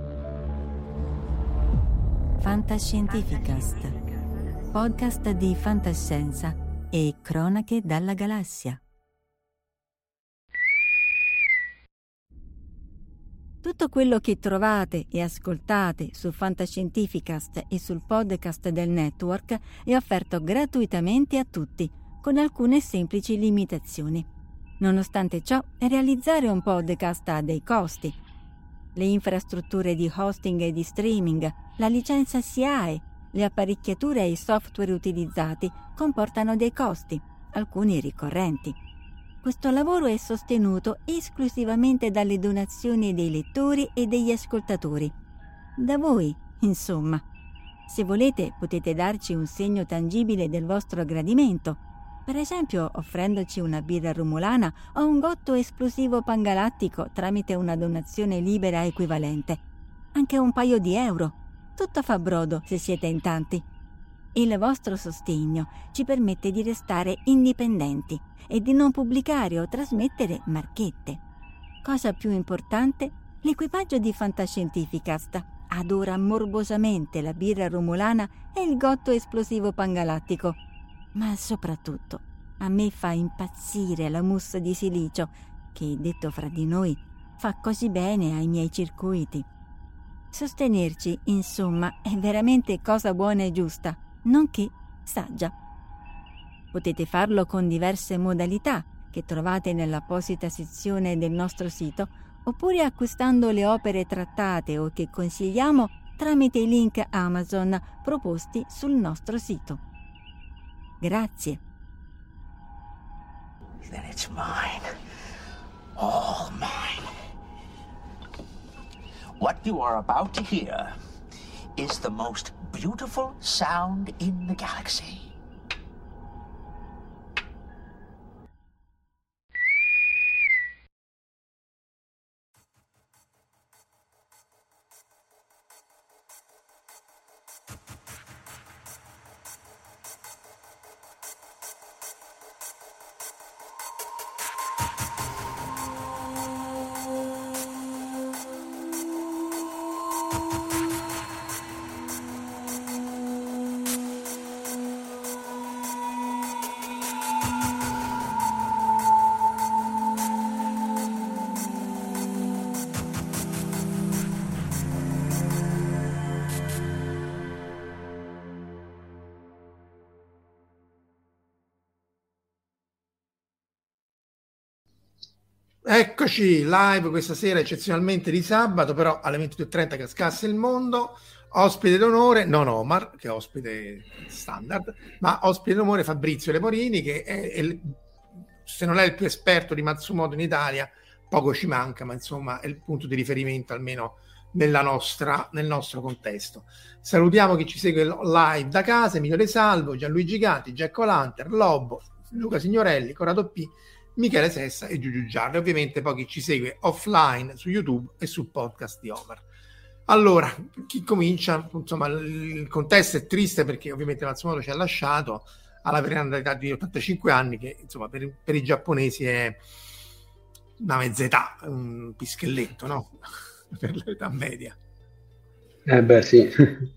Fantascientificast, podcast di fantascienza e cronache dalla galassia. Tutto quello che trovate e ascoltate su Fantascientificast e sul podcast del network è offerto gratuitamente a tutti, con alcune semplici limitazioni. Nonostante ciò, realizzare un podcast ha dei costi. Le infrastrutture di hosting e di streaming, la licenza SIAE, le apparecchiature e i software utilizzati comportano dei costi, alcuni ricorrenti. Questo lavoro è sostenuto esclusivamente dalle donazioni dei lettori e degli ascoltatori. Da voi, insomma. Se volete, potete darci un segno tangibile del vostro gradimento, per esempio offrendoci una birra romulana o un gotto esplosivo pangalattico tramite una donazione libera equivalente. Anche un paio di euro. Tutto fa brodo se siete in tanti. Il vostro sostegno ci permette di restare indipendenti e di non pubblicare o trasmettere marchette. Cosa più importante, l'equipaggio di Fantascientificast adora morbosamente la birra romulana e il gotto esplosivo pangalattico, ma soprattutto a me fa impazzire la mousse di silicio, che, detto fra di noi, fa così bene ai miei circuiti. Sostenerci, insomma, è veramente cosa buona e giusta, nonché saggia. Potete farlo con diverse modalità che trovate nell'apposita sezione del nostro sito, oppure acquistando le opere trattate o che consigliamo tramite i link Amazon proposti sul nostro sito. Grazie. Then it's mine. All mine. What you are about to hear is the most beautiful sound in the galaxy. Eccoci live questa sera, eccezionalmente di sabato, però alle 22:30 cascasse il mondo. Ospite d'onore, non Omar, che è ospite standard, ma ospite d'onore Fabrizio Leporini, che se non è il più esperto di Matsumoto in Italia, poco ci manca, ma insomma è il punto di riferimento almeno nel nostro contesto. Salutiamo chi ci segue live da casa: Emilio De Salvo, Gianluigi Gatti, Jack O'Lantern, Lobo, Luca Signorelli, Corrado P, Michele Sessa e Giugiu Giarri. Ovviamente poi chi ci segue offline su YouTube e sul podcast di Omar. Allora, chi comincia? Insomma, il contesto è triste perché ovviamente Matsumoto ci ha lasciato alla grande età di 85 anni, che insomma per i giapponesi è una mezza età, un pischelletto, no? Per l'età media. Beh sì.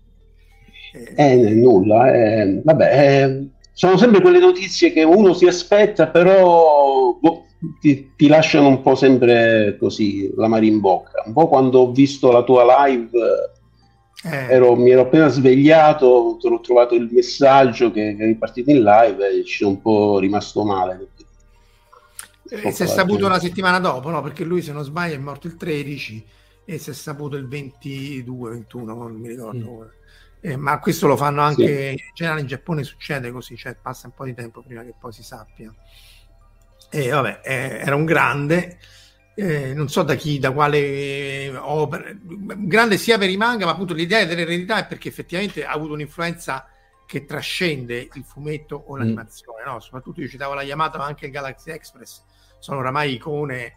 Nulla. Vabbè, sono sempre quelle notizie che uno si aspetta, però ti lasciano un po' sempre così l'amaro in bocca. Un po' quando ho visto la tua live, mi ero appena svegliato, ho trovato il messaggio che eri partito in live e ci sono un po' rimasto male. Si è saputo una settimana dopo, no? Perché lui, se non sbaglio, è morto il 13 e si è saputo il 22-21, non mi ricordo. Ma questo lo fanno anche in generale in Giappone, succede così, cioè passa un po' di tempo prima che poi si sappia. E vabbè, era un grande, non so da quale opera, grande sia per i manga, ma appunto l'idea dell'eredità è perché effettivamente ha avuto un'influenza che trascende il fumetto o l'animazione, no? Soprattutto io citavo la Yamato, ma anche il Galaxy Express sono oramai icone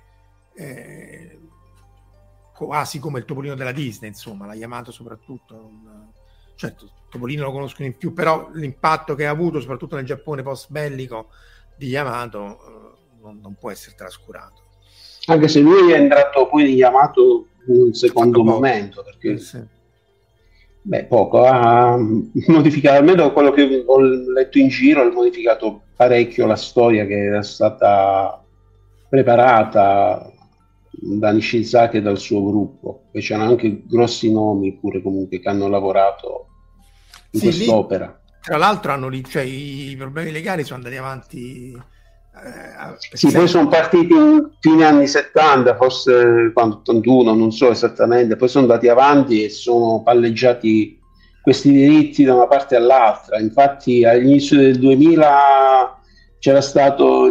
quasi come il Topolino della Disney, insomma, la Yamato soprattutto. Certo, Topolino lo conoscono in più, però l'impatto che ha avuto soprattutto nel Giappone post bellico di Yamato non può essere trascurato. Anche se lui è entrato poi in Yamato in un secondo momento, perché poco ha modificato, almeno quello che ho letto in giro, ha modificato parecchio la storia che era stata preparata da Nishizaki e dal suo gruppo. Poi c'erano anche grossi nomi pure comunque che hanno lavorato in quest'opera. Lì, tra l'altro cioè, i problemi legali sono andati avanti. Sì, poi sono partiti in fine anni 70, forse 81, non so esattamente, poi sono andati avanti e sono palleggiati questi diritti da una parte all'altra. Infatti all'inizio del 2000 c'era stato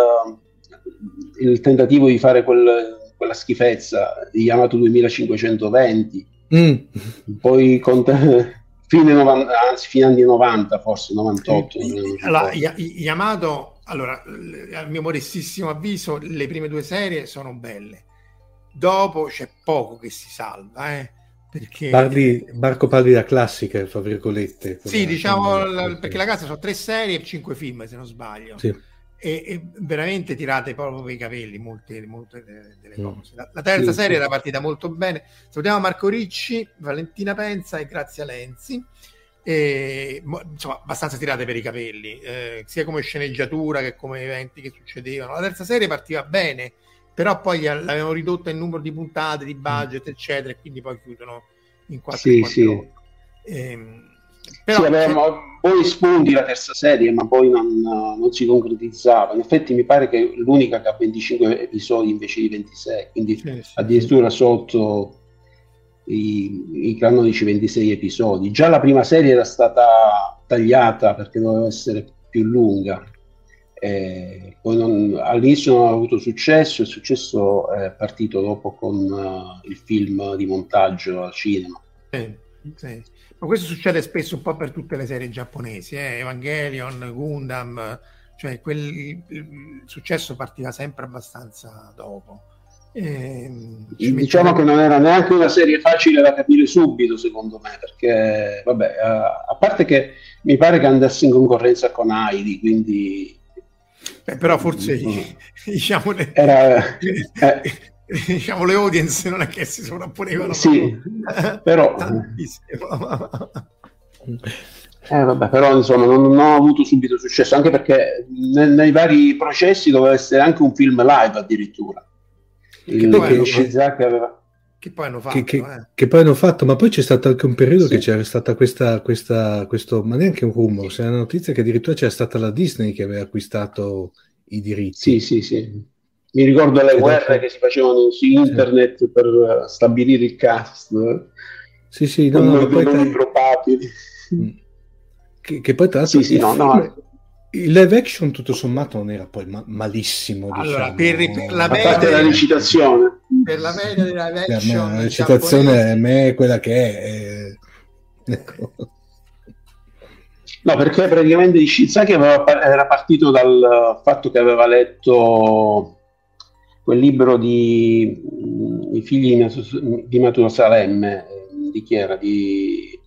il tentativo di fare quella schifezza di Yamato 2520, poi fine anni 90, forse 98. Allora, Yamato, allora, al mio modestissimo avviso, le prime 2 serie sono belle, dopo c'è poco che si salva, perché Marco parli da classica, fra virgolette. Sì, diciamo, perché la casa sono 3 serie e 5 film, se non sbaglio. Sì. E veramente tirate proprio per i capelli molte delle cose. La terza serie era partita molto bene. Salutiamo Marco Ricci, Valentina Penza e Grazia Lenzi. Insomma, abbastanza tirate per i capelli, sia come sceneggiatura che come eventi che succedevano. La terza serie partiva bene, però poi l'avevano ridotta il numero di puntate, di budget, eccetera, e quindi poi chiudono in 4 Però avevamo poi spunti la terza serie, ma poi non si concretizzava. In effetti mi pare che l'unica che ha 25 episodi invece di 26, quindi addirittura sotto i canonici 26 episodi. Già la prima serie era stata tagliata perché doveva essere più lunga. Poi all'inizio non ha avuto successo, il successo è partito dopo con il film di montaggio al cinema. Sì. Ma questo succede spesso un po' per tutte le serie giapponesi, Evangelion, Gundam, cioè il successo partiva sempre abbastanza dopo. Diciamo che non era neanche una serie facile da capire subito, secondo me, perché vabbè, a parte che mi pare che andasse in concorrenza con Heidi, quindi però forse diciamo diciamo le audience non è che si sovrapponevano, sì, però vabbè, però insomma non ho avuto subito successo, anche perché nei vari processi doveva essere anche un film live addirittura, che poi hanno fatto, che poi hanno fatto, ma poi c'è stato anche un periodo che c'era stata questo, ma neanche un rumore, c'era una notizia che addirittura c'era stata la Disney che aveva acquistato i diritti. Sì. Mi ricordo le guerre che si facevano su internet per stabilire il cast. Sì, no, poi probabili. Che poi tra l'altro il live action tutto sommato non era poi malissimo, allora, diciamo. per la media della recitazione, per la media della live action, la recitazione a me è quella che è. Ecco. No, perché praticamente Nishizaki era partito dal fatto che aveva letto quel libro di I figli di Matusalemme, di chi era? I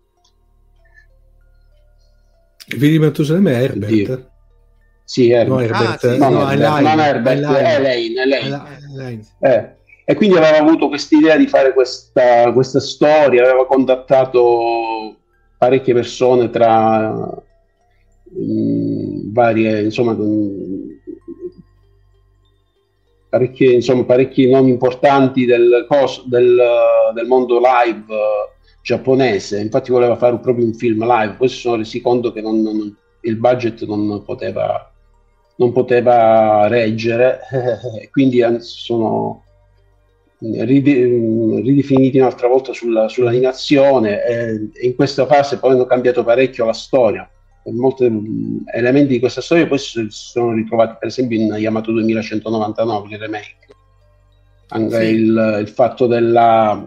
figli di Matusalemme è Herbert? Oddio. Sì, Herbert. Non Herbert, è Elaine. E quindi aveva avuto quest'idea di fare questa storia, aveva contattato parecchie persone tra varie, insomma, parecchi nomi importanti del mondo live giapponese. Infatti voleva fare proprio un film live, poi si sono resi conto che il budget non poteva reggere, quindi sono ridefiniti un'altra volta sull'animazione, e in questa fase poi hanno cambiato parecchio la storia. Molti elementi di questa storia poi si sono ritrovati per esempio in Yamato 2199, il remake, anche il fatto del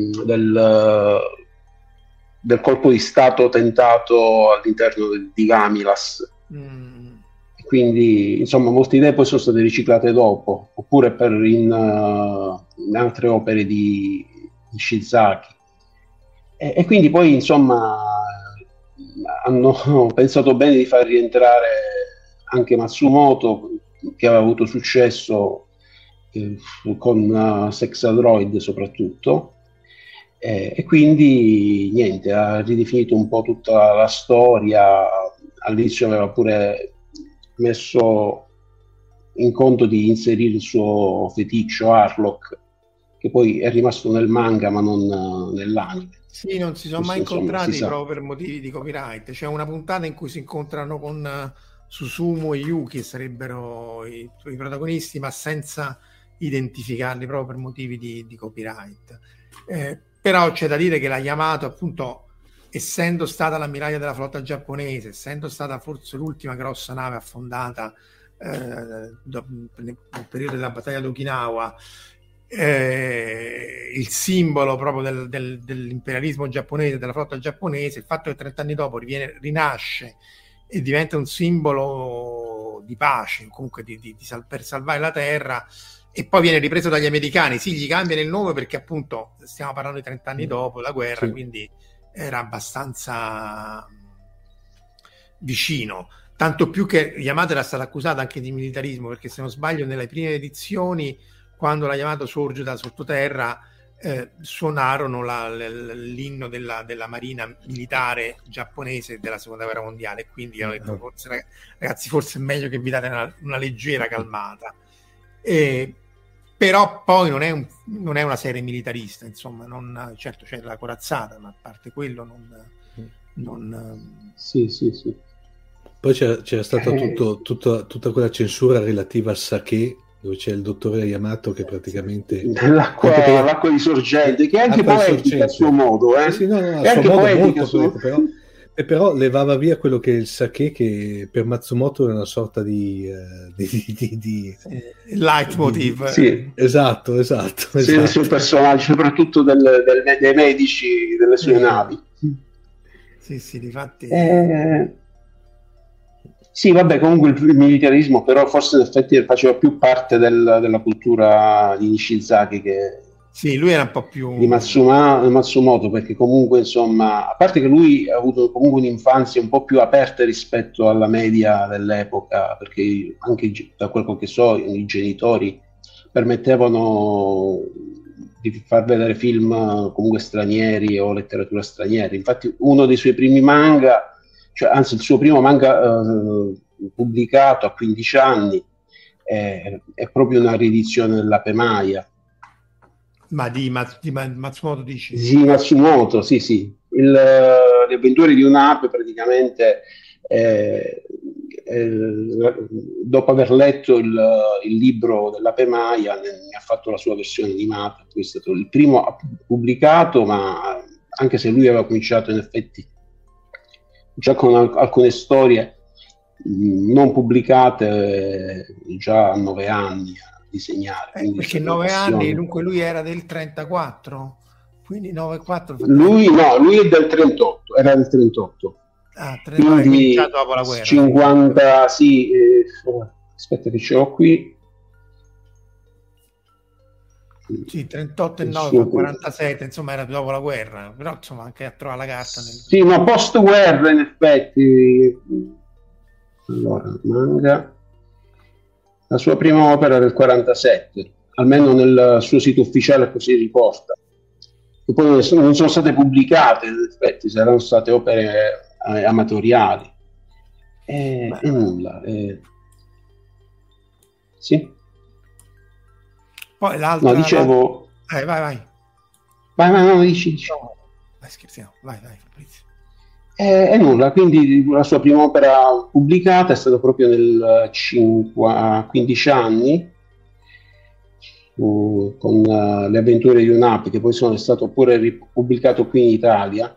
colpo di stato tentato all'interno di Gamilas. Quindi insomma molte idee poi sono state riciclate dopo, oppure in altre opere di Shizaki, e quindi poi insomma hanno pensato bene di far rientrare anche Matsumoto, che aveva avuto successo con Sex Android soprattutto, e quindi niente, ha ridefinito un po' tutta la storia. All'inizio aveva pure messo in conto di inserire il suo feticcio Harlock, che poi è rimasto nel manga ma non nell'anime. Sì, non si sono mai incontrati proprio per motivi di copyright. C'è una puntata in cui si incontrano con Susumu e Yuki, sarebbero i protagonisti, ma senza identificarli proprio per motivi di copyright. Però c'è da dire che la Yamato, appunto, essendo stata l'ammiraglia della flotta giapponese, essendo stata forse l'ultima grossa nave affondata nel periodo della battaglia di Okinawa, il simbolo proprio dell'imperialismo giapponese, della flotta giapponese, il fatto che 30 anni dopo rinasce e diventa un simbolo di pace, comunque per salvare la terra, e poi viene ripreso dagli americani. Sì, gli cambiano il nome perché appunto stiamo parlando di 30 anni dopo la guerra, sì. Quindi era abbastanza vicino, tanto più che Yamato era stata accusata anche di militarismo, perché se non sbaglio nelle prime edizioni, quando la Yamato sorge da sottoterra, suonarono l'inno della marina militare giapponese della seconda guerra mondiale, quindi hanno detto forse, ragazzi, forse è meglio che vi date una leggera calmata. Però poi non è una serie militarista, insomma, certo c'è la corazzata, ma a parte quello Sì. Poi c'era stata tutta quella censura relativa al sake, dove c'è il dottore Yamato che praticamente l'acqua di sorgente, che è anche poetica a suo modo, sì, no, è anche poetica però levava via quello che è il sake, che per Matsumoto era una sorta di leitmotiv. Sì. Esatto. Sì, il suo personaggio, soprattutto dei medici delle sue navi. Sì, difatti. Sì, vabbè, comunque il militarismo però forse in effetti faceva più parte della cultura di Nishizaki che sì, lui era un po' più di Matsumoto, perché comunque insomma, a parte che lui ha avuto comunque un'infanzia un po' più aperta rispetto alla media dell'epoca, perché anche da quel che so i genitori permettevano di far vedere film comunque stranieri o letteratura straniera. Infatti uno dei suoi primi manga, anzi il suo primo manga pubblicato a 15 anni è proprio una riedizione dell'Ape Ma di Matsumoto dici? Sì, Matsumoto, sì. Le avventure di un'ape praticamente, dopo aver letto il libro dell'Ape Maia, ne ha fatto la sua versione animata. Questo è stato il primo pubblicato, ma anche se lui aveva cominciato in effetti già con alcune storie non pubblicate già a 9 anni a disegnare. Perché 9 anni, dunque lui era del 34, quindi 9-4. Lui è del 38, era del 38. Quindi dopo la guerra. 50, sì, aspetta che ce l'ho qui. Sì, 38 e 9, 47, insomma era dopo la guerra, però insomma anche a trovare la carta. Sì, ma post-guerra in effetti. Allora, manga. La sua prima opera è del 47, almeno nel suo sito ufficiale così riporta. E poi non sono state pubblicate, in effetti, saranno state opere amatoriali. E nulla. Sì? Poi l'altra... No, dicevo... Vai. No, dici. No, vai, scherziamo. Vai, Fabrizio. E nulla, quindi la sua prima opera pubblicata è stata proprio nel 15 anni, con Le avventure di un'ape, che poi è stato pure ripubblicato qui in Italia.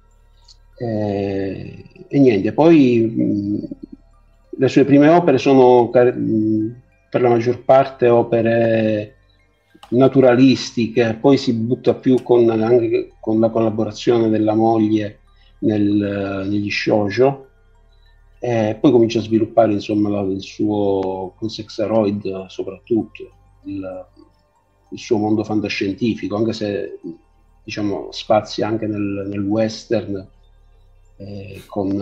E niente, poi le sue prime opere sono per la maggior parte opere naturalistiche, poi si butta più anche con la collaborazione della moglie negli shoujo, e poi comincia a sviluppare insomma il suo con Sexaroid soprattutto il suo mondo fantascientifico, anche se diciamo spazia anche nel western, con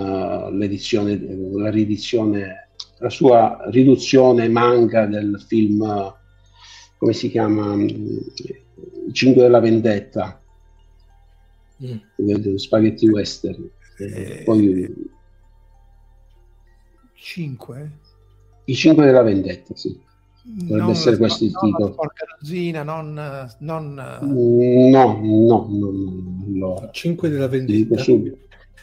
la sua riduzione manga del film come si chiama, I 5 della vendetta, spaghetti western. Poi 5? I 5 della vendetta, sì. Dovrebbe essere questo il titolo. Porca dozzina, non... No. Allora, 5 della vendetta. Dico subito.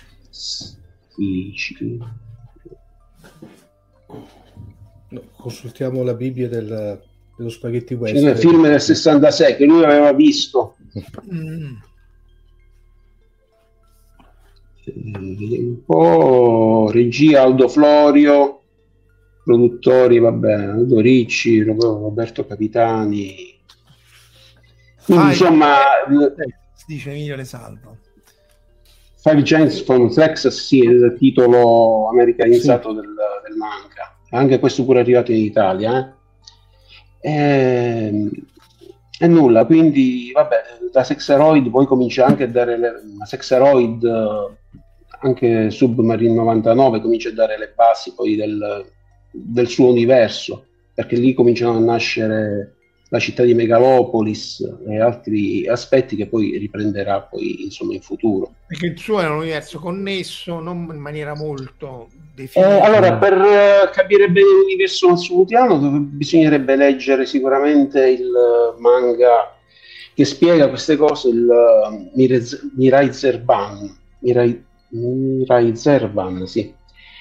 No, consultiamo la Bibbia dello spaghetti western. C'è un film del 66 che lui aveva visto. Un po' regia Aldo Florio, produttori Aldo Ricci, Roberto Capitani. Quindi, insomma, si dice Emilio Le Salvo. Five Giants from Texas, sì, è il titolo americanizzato del manga. Anche questo pure è arrivato in Italia. E nulla, quindi da Sexeroid poi comincia anche a dare Sexeroid, anche Submarine 99 comincia a dare le basi poi del suo universo, perché lì cominciano a nascere la città di Megalopolis e altri aspetti che poi riprenderà poi insomma in futuro. Perché il suo è un universo connesso, non in maniera molto definita. Allora, per capire bene l'universo matsumutiano bisognerebbe leggere sicuramente il manga che spiega queste cose, il Mirai Zerban, sì.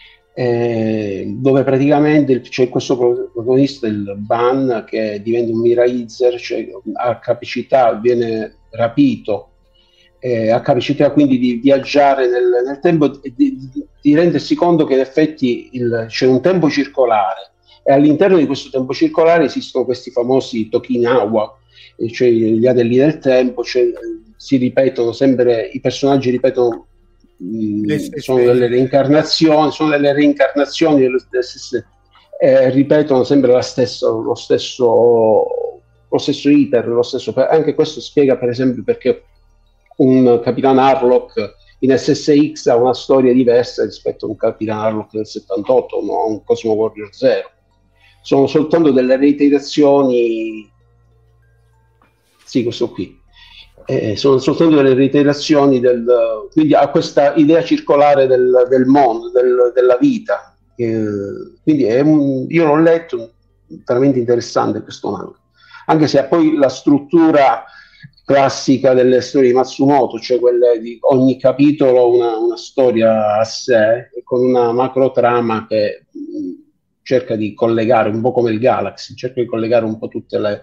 Dove praticamente c'è questo protagonista, il Ban, che diventa un Miraizer, cioè ha capacità, viene rapito, ha capacità quindi di viaggiare nel tempo e di rendersi conto che in effetti c'è un tempo circolare, e all'interno di questo tempo circolare esistono questi famosi Tokinawa, cioè gli adelli del tempo, cioè, si ripetono sempre, i personaggi ripetono, sono delle reincarnazioni delle stesse, ripetono sempre lo stesso iter, anche questo spiega per esempio perché un Capitan Harlock in SSX ha una storia diversa rispetto a un Capitan Harlock del 78 o a un Cosmo Warrior 0. Sono soltanto delle reiterazioni, sì, questo qui. Sono soltanto delle reiterazioni quindi ha questa idea circolare del mondo, della vita. Quindi io l'ho letto, veramente interessante questo manga, anche se ha poi la struttura classica delle storie di Matsumoto, cioè quelle di ogni capitolo una storia a sé e con una macro trama che cerca di collegare, un po' come il Galaxy, cerca di collegare un po' tutte le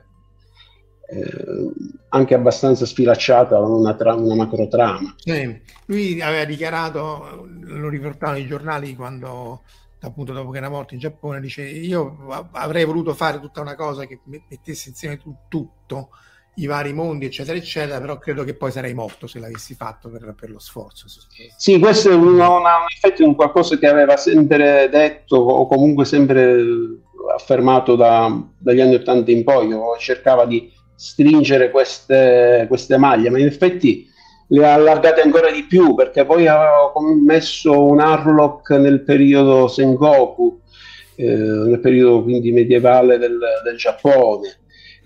anche abbastanza sfilacciata una macro trama. Sì, lui aveva dichiarato, lo riportavano i giornali quando appunto dopo che era morto in Giappone, dice: io avrei voluto fare tutta una cosa che mettesse insieme tutto, i vari mondi eccetera eccetera, però credo che poi sarei morto se l'avessi fatto per lo sforzo. Sì, questo è in effetti un qualcosa che aveva sempre detto o comunque sempre affermato dagli anni 80 in poi, cercava di stringere queste maglie, ma in effetti le ha allargate ancora di più, perché poi aveva messo un Harlock nel periodo Sengoku, nel periodo quindi medievale del Giappone,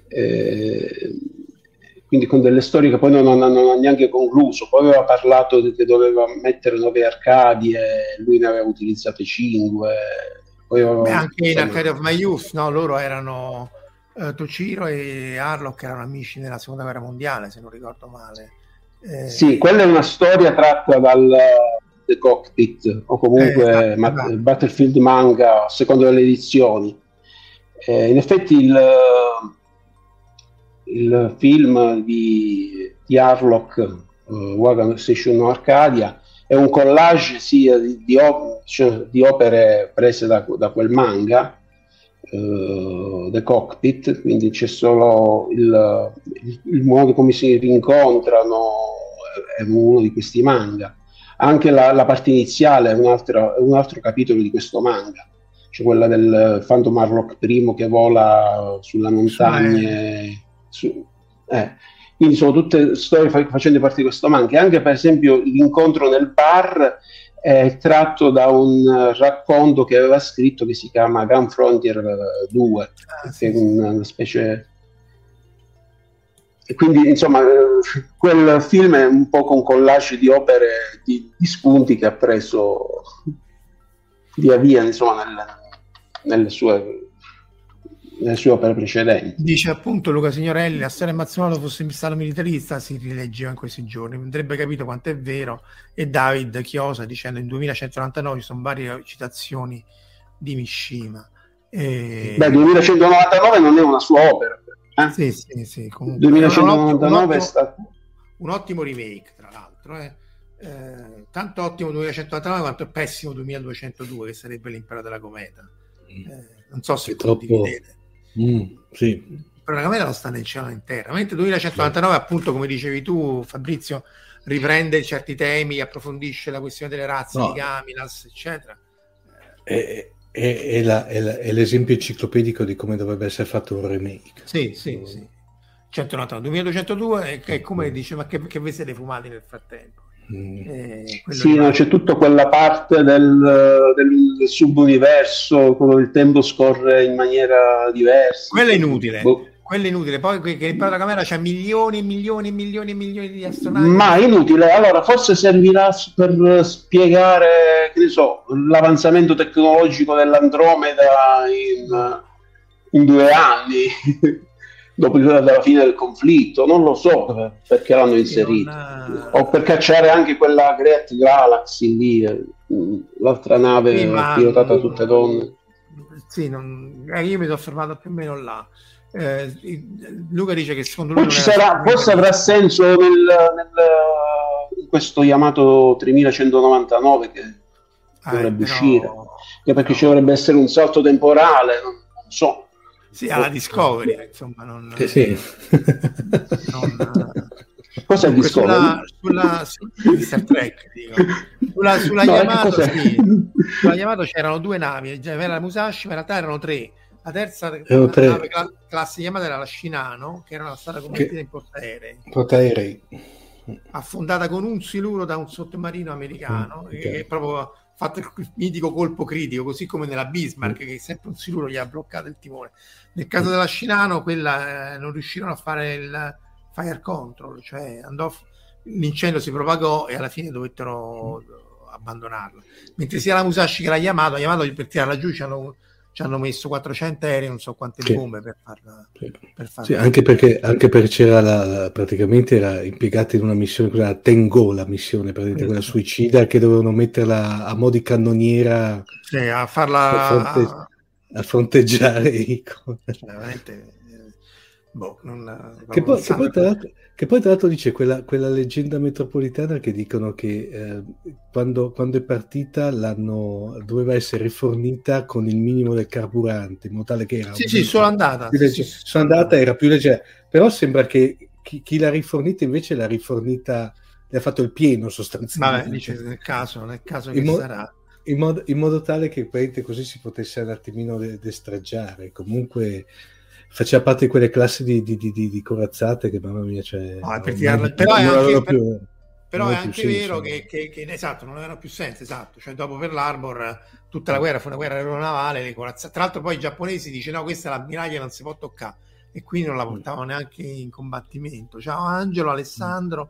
quindi con delle storie che poi non ha neanche concluso. Poi aveva parlato che doveva mettere 9 arcadi e lui ne aveva utilizzate 5. Anche in Arcade of My Youth, no? Loro erano Toshiro e Harlock erano amici nella seconda guerra mondiale, se non ricordo male. Sì, quella è una storia tratta dal The Cockpit o comunque Battlefield manga, secondo le edizioni. In effetti il film di Harlock, Wagon Station Arcadia, è un collage sia di opere prese da quel manga, The Cockpit, quindi c'è solo il modo come si rincontrano è uno di questi manga. Anche la parte iniziale è un altro capitolo di questo manga, cioè quella del Phantom Harlock primo che vola sulla montagna. Quindi sono tutte storie facendo parte di questo manga. Anche per esempio l'incontro nel bar è tratto da un racconto che aveva scritto che si chiama Gun Frontier 2, che è una specie E quindi insomma quel film è un po' un collage di opere, di spunti che ha preso via via, insomma, nelle sue opere precedenti. Dice appunto Luca Signorelli, la storia Mazzucato fosse stato militarista, si rileggeva in questi giorni, andrebbe capito quanto è vero. E David Chiosa dicendo in 2199 ci sono varie citazioni di Mishima. 2199 non è una sua opera. Sì, comunque 2199 è stato un ottimo remake, tra l'altro, tanto ottimo 2199 quanto pessimo 2202, che sarebbe l'impero della cometa. Non so se condividete. Sì. Però la cometa non sta nel cielo in terra, mentre 2199 appunto, come dicevi tu Fabrizio, riprende certi temi, approfondisce la questione delle razze di Gamilas, eccetera. È l'esempio enciclopedico di come dovrebbe essere fatto un remake. Sì. 199, 2202 è come dice, ma che vi siete fumati nel frattempo? C'è tutta quella parte del subuniverso, quello il tempo scorre in maniera diversa. Quello è inutile. Poi che il la camera c'ha milioni e milioni e milioni e milioni di astronauti. Ma è inutile. Allora forse servirà per spiegare, che ne so, l'avanzamento tecnologico dell'Andromeda in 2 anni. Dopo la fine del conflitto, non lo so perché l'hanno inserito, o per cacciare anche quella Great Galaxy lì, l'altra nave pilotata da tutte donne. Sì, io mi sono fermato più o meno là. Luca dice che secondo lui forse avrà senso in questo Yamato 3199 che dovrebbe uscire, perché ci dovrebbe essere un salto temporale, non so. Sì, alla Discovery, insomma, non... Sì. Cosa è Discovery? Sulla Star Trek, dico. Sulla Yamato, sulla Yamato c'erano 2 navi, c'era la Musashi, ma in realtà erano 3. La terza nave classe Yamato era la Shinano, che era stata convertita in portaerei. Affondata con un siluro da un sottomarino americano, che è proprio fatto il mitico colpo critico, così come nella Bismarck, che sempre un siluro gli ha bloccato il timone. Nel caso della Shinano, quella non riuscirono a fare il fire control, cioè l'incendio si propagò e alla fine dovettero abbandonarla. Mentre sia la Musashi che la Yamato per tirarla giù ci hanno messo 400 aerei, non so quante bombe per farla. Sì, anche perché c'era praticamente era impiegata in una missione, quella Tengo, la missione praticamente quella suicida, che dovevano metterla a mo' di cannoniera, a farla a fronteggiare i veramente che poi tra l'altro dice quella leggenda metropolitana che dicono che quando è partita doveva essere rifornita con il minimo del carburante, in modo tale che era sono andata era più leggera, però sembra che chi l'ha rifornita invece l'ha ha fatto il pieno sostanzialmente. Vabbè, dice nel caso che sarà in modo tale che così si potesse un attimino destreggiare. Comunque faceva parte di quelle classi di corazzate che mamma mia, però è anche vero che esatto, non aveva più senso, esatto, cioè dopo Pearl Harbor tutta la guerra fu una guerra aeronavale, le corazzate, tra l'altro poi i giapponesi dice no, questa l'ammiraglia non si può toccare, e quindi non la portavano neanche in combattimento. Ciao Angelo, Alessandro.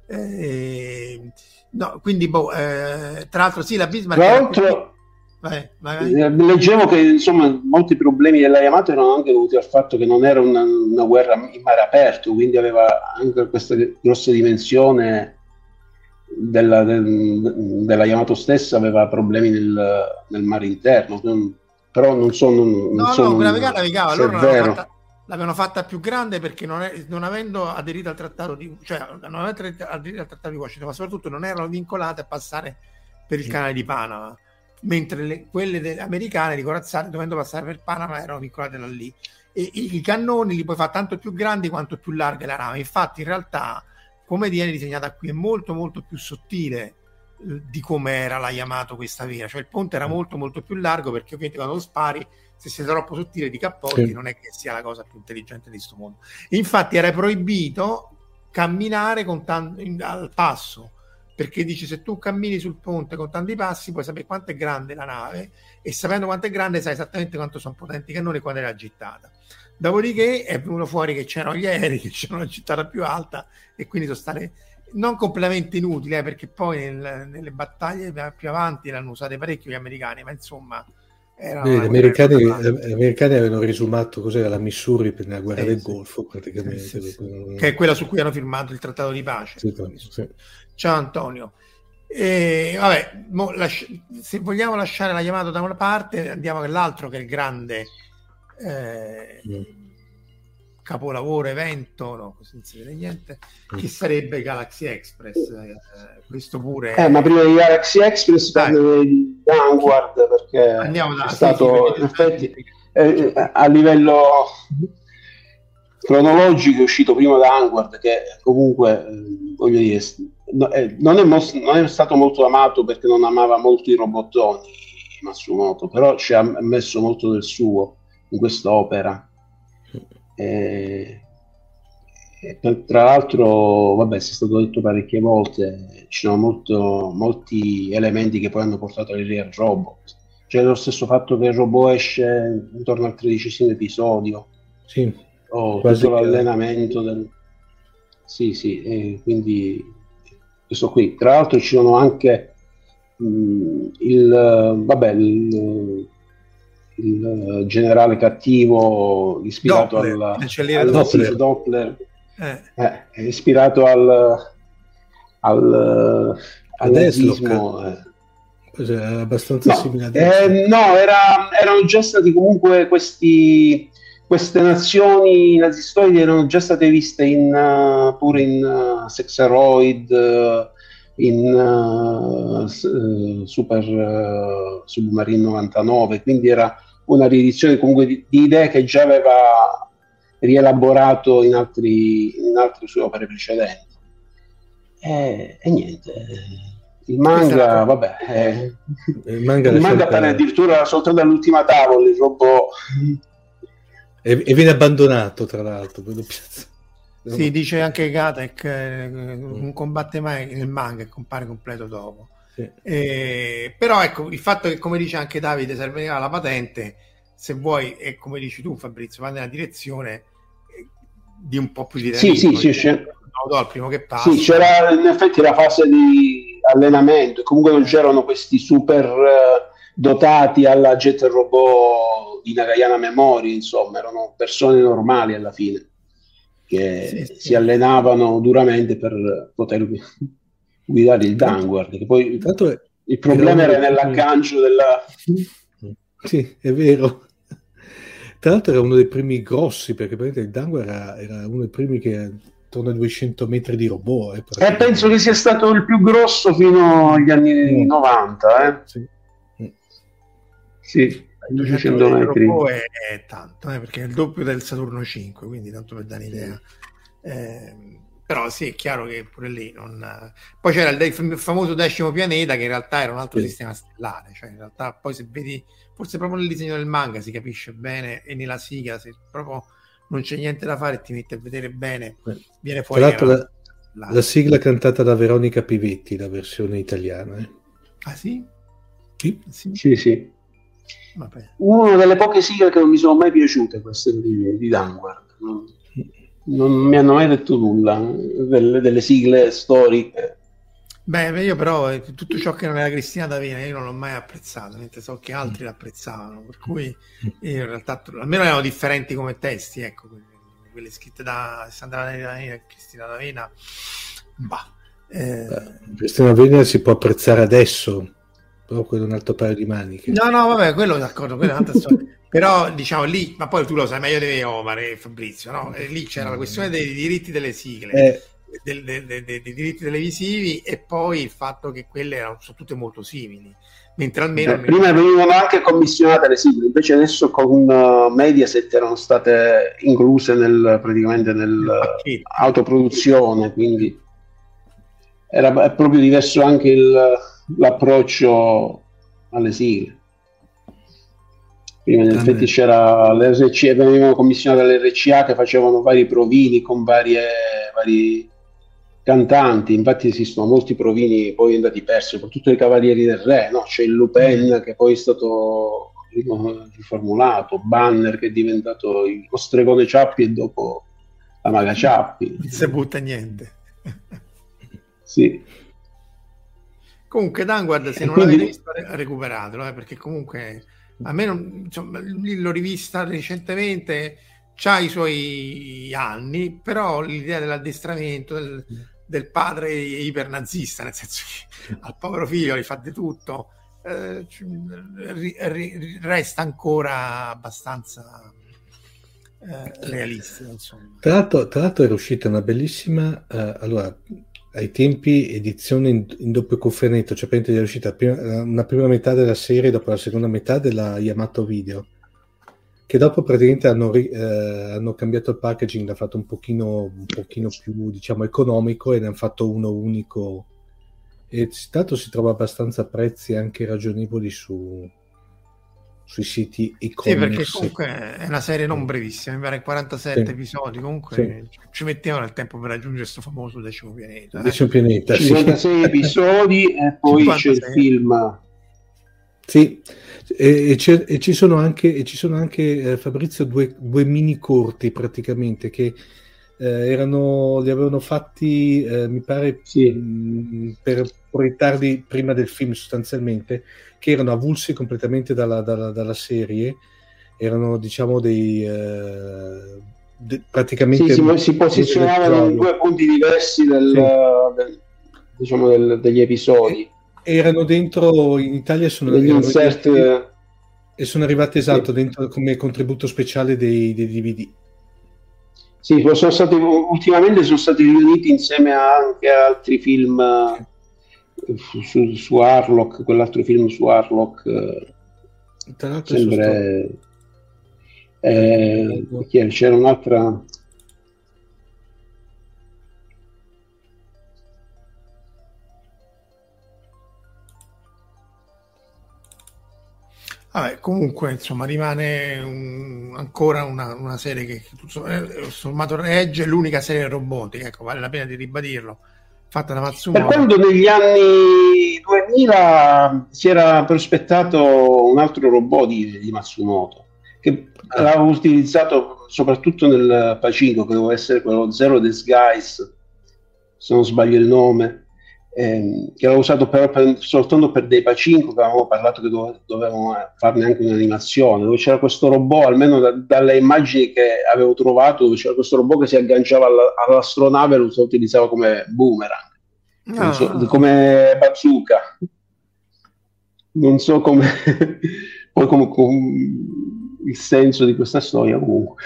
No, quindi tra l'altro sì, la Bismarck vai. Leggevo che insomma molti problemi della Yamato erano anche dovuti al fatto che non era una guerra in mare aperto, quindi aveva anche questa grossa dimensione della Yamato stessa, aveva problemi nel mare interno, però non sono navigava, loro l'avevano fatta più grande perché non avendo aderito al trattato di Washington, ma soprattutto non erano vincolate a passare per il canale di Panama, mentre quelle americane di corazzate, dovendo passare per Panama, erano vincolate da lì, e i cannoni li puoi fare tanto più grandi quanto più larga la nave. Infatti in realtà come viene disegnata qui è molto molto più sottile di come era la Yamato questa vera, cioè il ponte era molto molto più largo, perché ovviamente quando lo spari, se sei troppo sottile di cappotti, non è che sia la cosa più intelligente di questo mondo. Infatti era proibito camminare al passo, perché dice se tu cammini sul ponte con tanti passi puoi sapere quanto è grande la nave, e sapendo quanto è grande sai esattamente quanto sono potenti i cannoni quando era gittata. Dopodiché è venuto fuori che c'erano gli aerei, che c'era una città più alta, e quindi sono state non completamente inutili, perché poi nelle battaglie più avanti l'hanno usate parecchio gli americani, ma insomma gli americani avevano risumato cos'era la Missouri per la guerra del Golfo, praticamente. Che è quella su cui hanno firmato il trattato di pace. Ciao Antonio. Vabbè, se vogliamo lasciare la Yamato da una parte, andiamo all'altro, che è il grande capolavoro, evento, no, così non si vede niente, che sarebbe Galaxy Express. Questo pure ma prima di Galaxy Express parlo di Vanguard, perché è stato in effetti a livello cronologico è uscito prima da Vanguard, che comunque voglio dire non è stato molto amato, perché non amava molto i robottoni Matsumoto, però ci ha messo molto del suo in quest'opera. Tra l'altro, vabbè, si è stato detto parecchie volte, ci sono molti elementi che poi hanno portato al robot. C'è lo stesso fatto che il robot esce intorno al 13° episodio, tutto l'allenamento quindi questo qui. Tra l'altro ci sono anche il generale cattivo ispirato Doppler, Doppler. È ispirato al nazismo. Era abbastanza simile a erano già stati comunque queste nazioni nazistoidi erano già state viste pure in Sexaroid, in Super Submarine 99, quindi era una riedizione comunque di idee che già aveva rielaborato in altre sue opere precedenti. E niente, il manga, vabbè, il manga appare addirittura soltanto all'ultima tavola, il robot, e viene abbandonato, tra l'altro. Sì, dice anche Gatek, non combatte mai nel manga e compare completo dopo. Però ecco, il fatto che, come dice anche Davide, servirà la patente, se vuoi, e come dici tu Fabrizio, va nella direzione di un po' più di al primo che passa. Sì, c'era in effetti la fase di allenamento, comunque non c'erano questi super dotati alla Jet Robot di Nagayana Memory, insomma, erano persone normali alla fine, che si allenavano duramente per poter guidare il Vanguard, che poi il problema era nell'aggancio della... Sì, è vero. Tra l'altro era uno dei primi grossi, perché il Vanguard era uno dei primi che attorno ai 200 metri di robot. Penso che sia stato il più grosso fino agli anni 90. Sì, 200 metri. Il robot è tanto, perché è il doppio del Saturno 5, quindi tanto per dare un'idea. Però sì, è chiaro che pure lì poi c'era il famoso 10° pianeta, che in realtà era un altro sistema stellare, cioè in realtà poi, se vedi, forse proprio nel disegno del manga si capisce bene, e nella sigla, se proprio non c'è niente da fare e ti metti a vedere bene, viene fuori. Tra l'altro la sigla cantata da Veronica Pivetti, la versione italiana. Ah sì? Sì. Vabbè. Una delle poche sigle che non mi sono mai piaciute, queste di Vanguard. Non mi hanno mai detto nulla delle sigle storiche. Beh, io però tutto ciò che non era Cristina D'Avena io non l'ho mai apprezzato, mentre so che altri l'apprezzavano, per cui io in realtà almeno erano differenti come testi, ecco, quelle scritte da Alessandra D'Avena e Cristina D'Avena. Cristina D'Avena si può apprezzare adesso, però quello è un altro paio di maniche. No, vabbè, quello d'accordo, quella è un'altra storia. Però diciamo lì, ma poi tu lo sai meglio di Omar e Fabrizio, no? Lì c'era la questione dei diritti delle sigle, dei diritti televisivi, e poi il fatto che quelle sono tutte molto simili, mentre almeno prima venivano anche commissionate le sigle, invece adesso con Mediaset erano state incluse praticamente nell'autoproduzione, quindi è proprio diverso anche l'approccio alle sigle. Prima in effetti c'era l'RCA, venivano commissionate l'RCA che facevano vari provini con vari cantanti, infatti esistono molti provini poi andati persi, soprattutto i Cavalieri del Re, no? C'è il Lupin che poi è stato riformulato, Banner che è diventato lo stregone Ciappi e dopo la maga Ciappi. Non si butta niente. Sì. Comunque Danguard, se non l'avete visto, recuperatelo, perché comunque a me insomma, l'ho rivista recentemente, c'ha i suoi anni, però l'idea dell'addestramento del padre ipernazista, nel senso che al povero figlio gli fa di tutto, resta ancora abbastanza realistico, insomma. Tra l'altro era uscita una bellissima allora ai tempi edizione in doppio cofanetto, cioè praticamente è uscita una prima metà della serie dopo la seconda metà della Yamato Video, che dopo praticamente hanno cambiato il packaging, l'ha fatto un pochino più, diciamo, economico, e ne hanno fatto uno unico, e tanto si trova abbastanza a prezzi anche ragionevoli sui siti e-commerce. Sì, perché comunque è una serie non brevissima, mi pare 47 episodi, comunque ci mettevano il tempo per raggiungere questo famoso decimo pianeta. 56 episodi e poi 56. C'è il film. Sì, e ci sono anche Fabrizio due mini corti praticamente che li avevano fatti mi pare per proiettarli prima del film sostanzialmente, che erano avulsi completamente dalla serie, erano diciamo praticamente si posizionavano in due punti diversi degli episodi. Erano dentro in Italia, sono arrivati esatto dentro come contributo speciale dei DVD. Sì, ultimamente sono stati riuniti insieme anche a altri film su Harlock, quell'altro film su Harlock, sempre c'era un'altra. Vabbè, comunque insomma rimane ancora una serie che sommato regge, l'unica serie robotica, ecco, vale la pena di ribadirlo, fatta da Matsumoto. Per quando negli anni 2000 si era prospettato un altro robot di Matsumoto, che l'aveva utilizzato soprattutto nel Pachinko, che doveva essere quello Zero Disguise, se non sbaglio il nome, che aveva usato però soltanto per dei Pachinko, che avevamo parlato che dovevamo farne anche un'animazione, dove c'era questo robot, almeno dalle immagini che avevo trovato, dove c'era questo robot che si agganciava all'astronave e lo utilizzava come boomerang, come bazooka. Non so come poi come il senso di questa storia, comunque.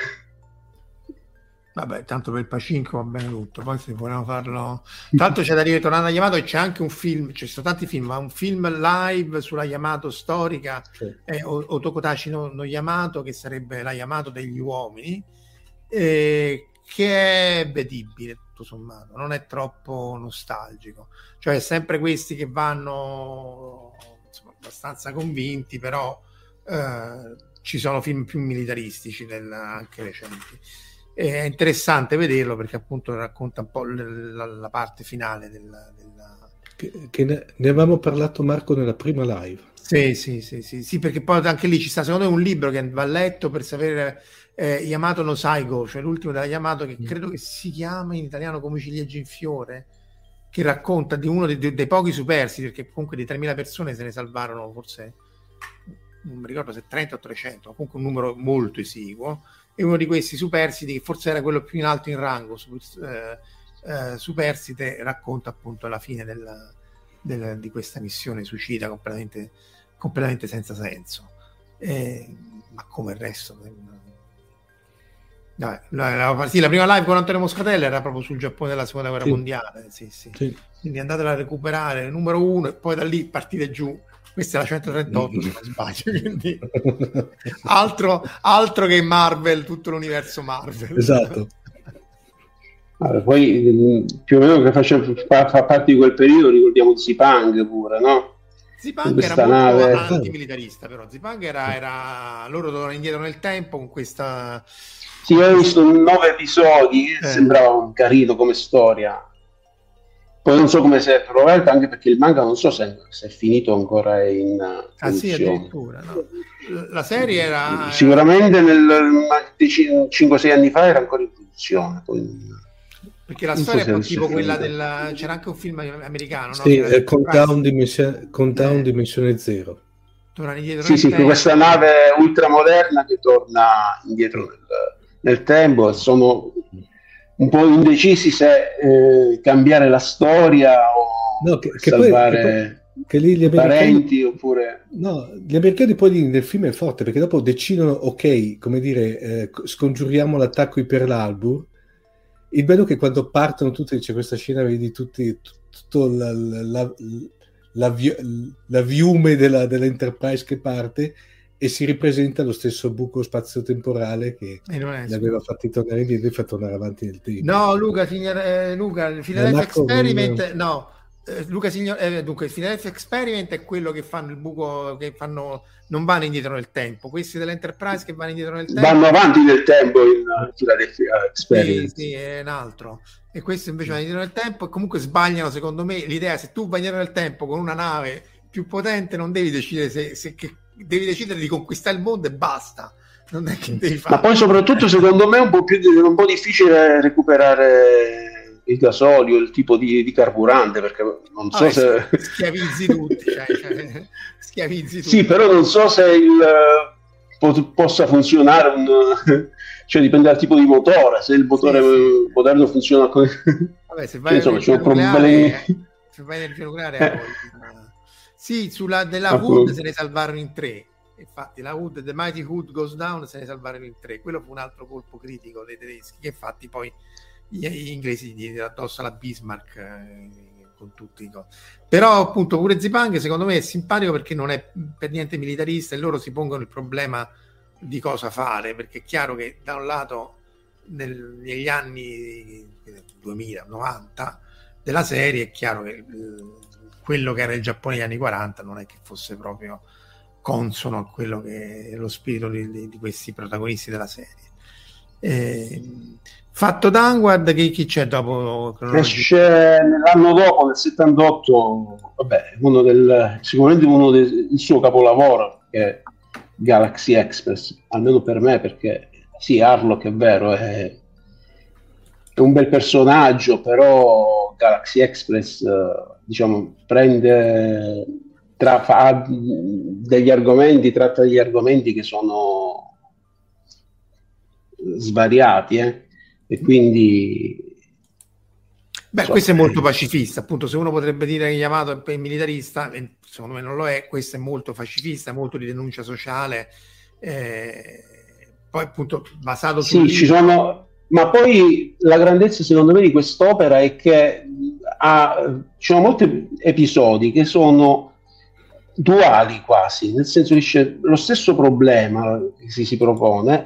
Vabbè, tanto per il Pachinko va bene tutto, poi se vogliamo farlo. Tra l'altro c'è da dire, tornando a Yamato, e c'è anche un film, ci sono tanti film, ma un film live sulla Yamato storica, Otokotachi no Yamato, che sarebbe la Yamato degli uomini, che è vedibile tutto sommato, non è troppo nostalgico, cioè sempre questi che vanno insomma, abbastanza convinti, però ci sono film più militaristici anche recenti. È interessante vederlo perché appunto racconta un po' la parte finale che ne avevamo parlato, Marco, nella prima live. Sì, perché poi anche lì ci sta secondo me un libro che va letto per sapere Yamato no Saigo, cioè l'ultimo della Yamato, che credo che si chiama in italiano come Ciliegi in fiore, che racconta di uno dei pochi superstiti, perché comunque di 3.000 persone se ne salvarono forse, non mi ricordo se 30 o 300, comunque un numero molto esiguo, e uno di questi superstiti, che forse era quello più in alto in rango, superstite, racconta appunto la fine di questa missione suicida completamente senza senso, ma come il resto. La prima live con Antonio Moscatelli era proprio sul Giappone della seconda guerra mondiale, sì. Quindi andatela a recuperare, numero 1, e poi da lì partite giù. Questa è la 138 se non sbaglio, quindi altro che Marvel, tutto l'universo Marvel. Esatto. Poi più o meno che fa parte di quel periodo, ricordiamo Zipang pure, no? Zipang era molto antimilitarista, però Zipang era loro tornano indietro nel tempo con questa. Sì, ho visto 9 episodi, sembrava carino come storia. Poi non so come si è trovato, anche perché il manga non so se è finito ancora in sì, addirittura, no. La serie era... Sicuramente 5-6 anni fa era ancora in produzione. Poi perché la storia è un po' tipo quella del... C'era anche un film americano, no? Sì, Countdown Dimensione Zero. Tornano indietro sì, questa nave ultramoderna che torna indietro nel tempo, e sono un po' indecisi se cambiare la storia o salvare che lì gli parenti, oppure... No, gli americani poi nel film è forte, perché dopo decidono, ok, come dire, scongiuriamo l'attacco in Pearl Harbor. Il bello è che quando partono tutti, c'è questa scena, vedi tutto la viume dell'Enterprise che parte, e si ripresenta lo stesso buco spazio-temporale che li aveva fatti tornare indietro e fa tornare avanti nel tempo. No, Luca, il Philadelphia Experiment, no. Luca dunque il Philadelphia Experiment è quello che fanno il buco, che fanno, non vanno indietro nel tempo. Questi dell'Enterprise che vanno indietro nel tempo vanno avanti nel tempo in Philadelphia Experiment. Sì, è un altro. E questo invece vanno indietro nel tempo, e comunque sbagliano, secondo me, l'idea: se tu vai indietro nel tempo con una nave più potente, non devi decidere devi decidere di conquistare il mondo e basta. Non è che devi fare. Ma poi soprattutto secondo me è un po' difficile recuperare il gasolio, il tipo di carburante, perché non so se schiavizzi tutti, schiavizzi tutti. Sì, però non so se possa funzionare cioè dipende dal tipo di motore, se il motore moderno funziona con... Vabbè, se vai energia nucleare sì, della Hood se ne salvarono in 3. Infatti la Hood, The Mighty Hood Goes Down, se ne salvarono in 3. Quello fu un altro colpo critico dei tedeschi, che infatti poi gli inglesi diedero addosso alla Bismarck con tutti i cose. Però appunto pure Zipang secondo me è simpatico perché non è per niente militarista, e loro si pongono il problema di cosa fare, perché è chiaro che da un lato negli anni 2000-90 della serie è chiaro che quello che era il Giappone negli anni 40 non è che fosse proprio consono a quello che è lo spirito di questi protagonisti della serie. Fatto Downward, chi c'è dopo? Esce l'anno dopo, nel 78, vabbè, sicuramente il suo capolavoro, che è Galaxy Express, almeno per me, perché sì, Harlock è vero, è un bel personaggio, però Galaxy Express diciamo prende tratta degli argomenti che sono svariati, e quindi questo è molto pacifista, appunto. Se uno potrebbe dire che Yamato è militarista, secondo me non lo è. Questo è molto pacifista, molto di denuncia sociale, poi appunto basato su ci sono, ma poi la grandezza secondo me di quest'opera è che ci sono molti episodi che sono duali quasi, nel senso che c'è lo stesso problema che si propone,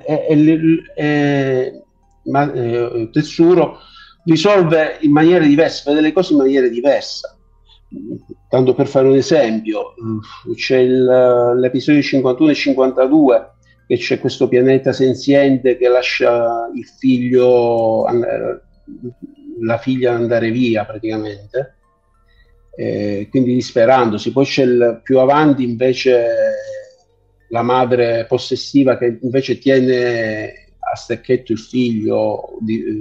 ma Tetsuro risolve in maniera diversa, vede le cose in maniera diversa. Tanto per fare un esempio, c'è l'episodio 51 e 52, che c'è questo pianeta senziente che lascia il figlio, la figlia andare via praticamente, quindi disperandosi. Poi c'è più avanti invece la madre possessiva che invece tiene a stecchetto il figlio,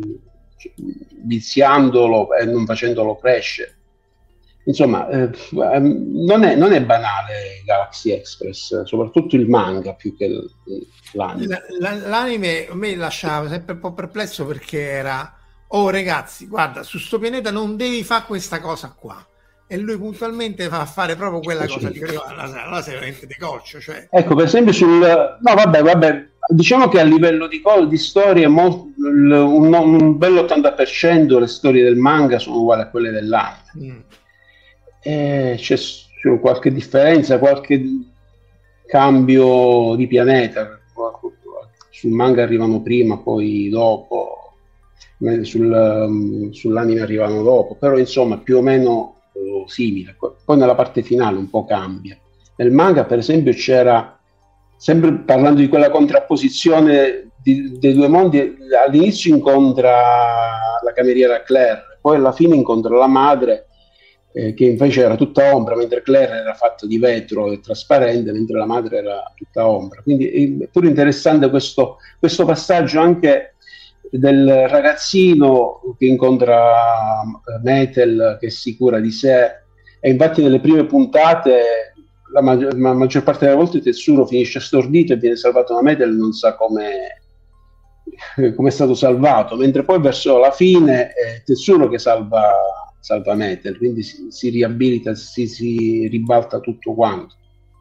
viziandolo e non facendolo crescere. Insomma, non è banale Galaxy Express, soprattutto il manga più che l'anime. L'anime a me lasciava sempre un po' perplesso, perché era: oh ragazzi, guarda, su sto pianeta non devi fare questa cosa qua, e lui puntualmente fa fare proprio quella cosa lì. Allora sei veramente di coccio, cioè. Ecco, per esempio vabbè, diciamo che a livello di storie un bello 80% le storie del manga sono uguali a quelle dell'anime. C'è qualche differenza, qualche cambio di pianeta. Sul manga arrivano prima, poi dopo, sull'anime arrivano dopo, però insomma più o meno simile. Poi nella parte finale un po' cambia. Nel manga per esempio c'era, sempre parlando di quella contrapposizione dei due mondi, all'inizio incontra la cameriera Claire, poi alla fine incontra la madre che invece era tutta ombra, mentre Claire era fatta di vetro e trasparente, mentre la madre era tutta ombra. Quindi è pure interessante questo passaggio anche del ragazzino che incontra Methel, che si cura di sé, e infatti nelle prime puntate la maggior parte delle volte Tetsuro finisce stordito e viene salvato da Methel, non sa come è stato salvato, mentre poi verso la fine è Tetsuro che salva Methel, quindi si riabilita, si ribalta tutto quanto.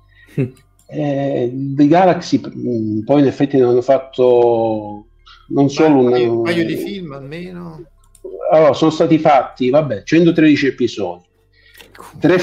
The Galaxy poi in effetti ne hanno fatto non solo un paio di film almeno. Allora, sono stati fatti 113 episodi, tre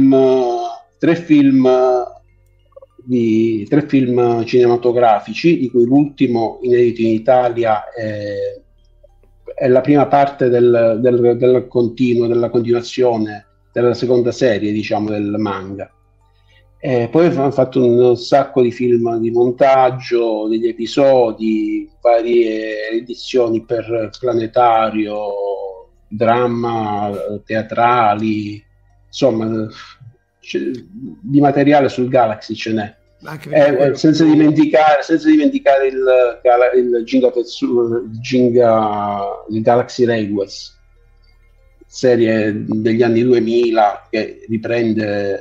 film cinematografici, di cui l'ultimo inedito in Italia è la prima parte della continuazione della seconda serie, diciamo, del manga. Poi hanno fatto un sacco di film di montaggio, degli episodi, varie edizioni per Planetario, dramma, teatrali, insomma, di materiale sul Galaxy ce n'è. Senza dimenticare il Galaxy Railways, serie degli anni 2000 che riprende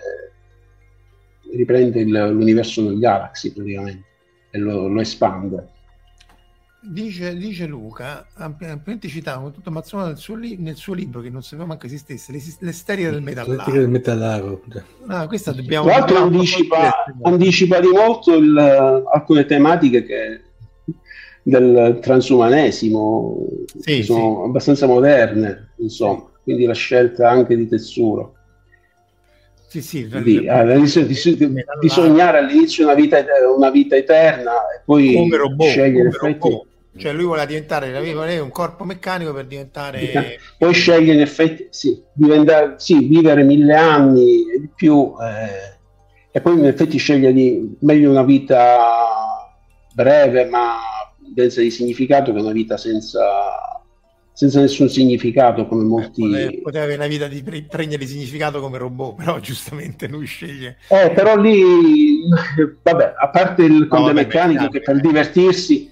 l'universo del Galaxy praticamente e lo espande. Dice Luca, ampiamente citato tutto Matsumoto nel suo libro, che non sapeva manco esistesse, le stelle del metallaro. Questa dobbiamo. Tra l'altro anticipa di molto alcune tematiche del transumanesimo, che sono abbastanza moderne, insomma. Quindi la scelta anche di Tetsuro di sognare all'inizio una vita eterna e poi come robot, scegliere robot. Cioè lui voleva avere un corpo meccanico per diventare, poi sceglie in effetti vivere 1000 anni e di più, e poi in effetti sceglie meglio una vita breve ma densa di significato che una vita senza nessun significato, come molti. Poteva avere una vita pregna di significato come robot, però giustamente lui sceglie. Però lì, a parte il conte meccanico che per divertirsi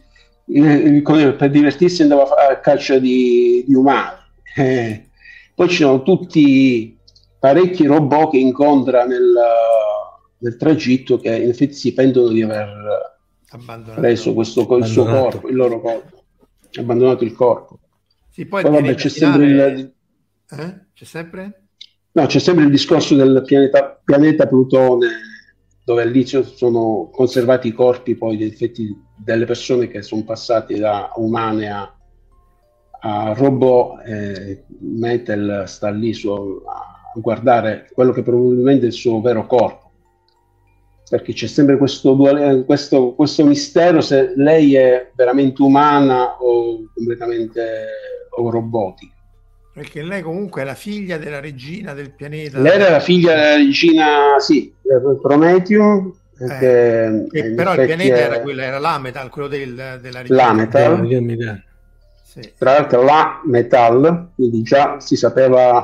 andava a caccia di umani. Poi ci sono parecchi robot che incontra nel tragitto, che in effetti si pentono di aver preso il loro corpo, abbandonato il corpo. Sì, poi c'è sempre c'è sempre? No, c'è sempre il discorso del pianeta Plutone, dove all'inizio sono conservati i corpi poi in effetti delle persone che sono passate da umane a robot. Methel sta lì a guardare quello che probabilmente è il suo vero corpo, perché c'è sempre questo mistero se lei è veramente umana o completamente robotica. Perché lei comunque è la figlia della regina del pianeta. Lei era la figlia della regina, Prometheum. Però il pianeta era l'Ametal, quello della regina. L'Ametal. Sì. Tra l'altro la Metal, quindi già si sapeva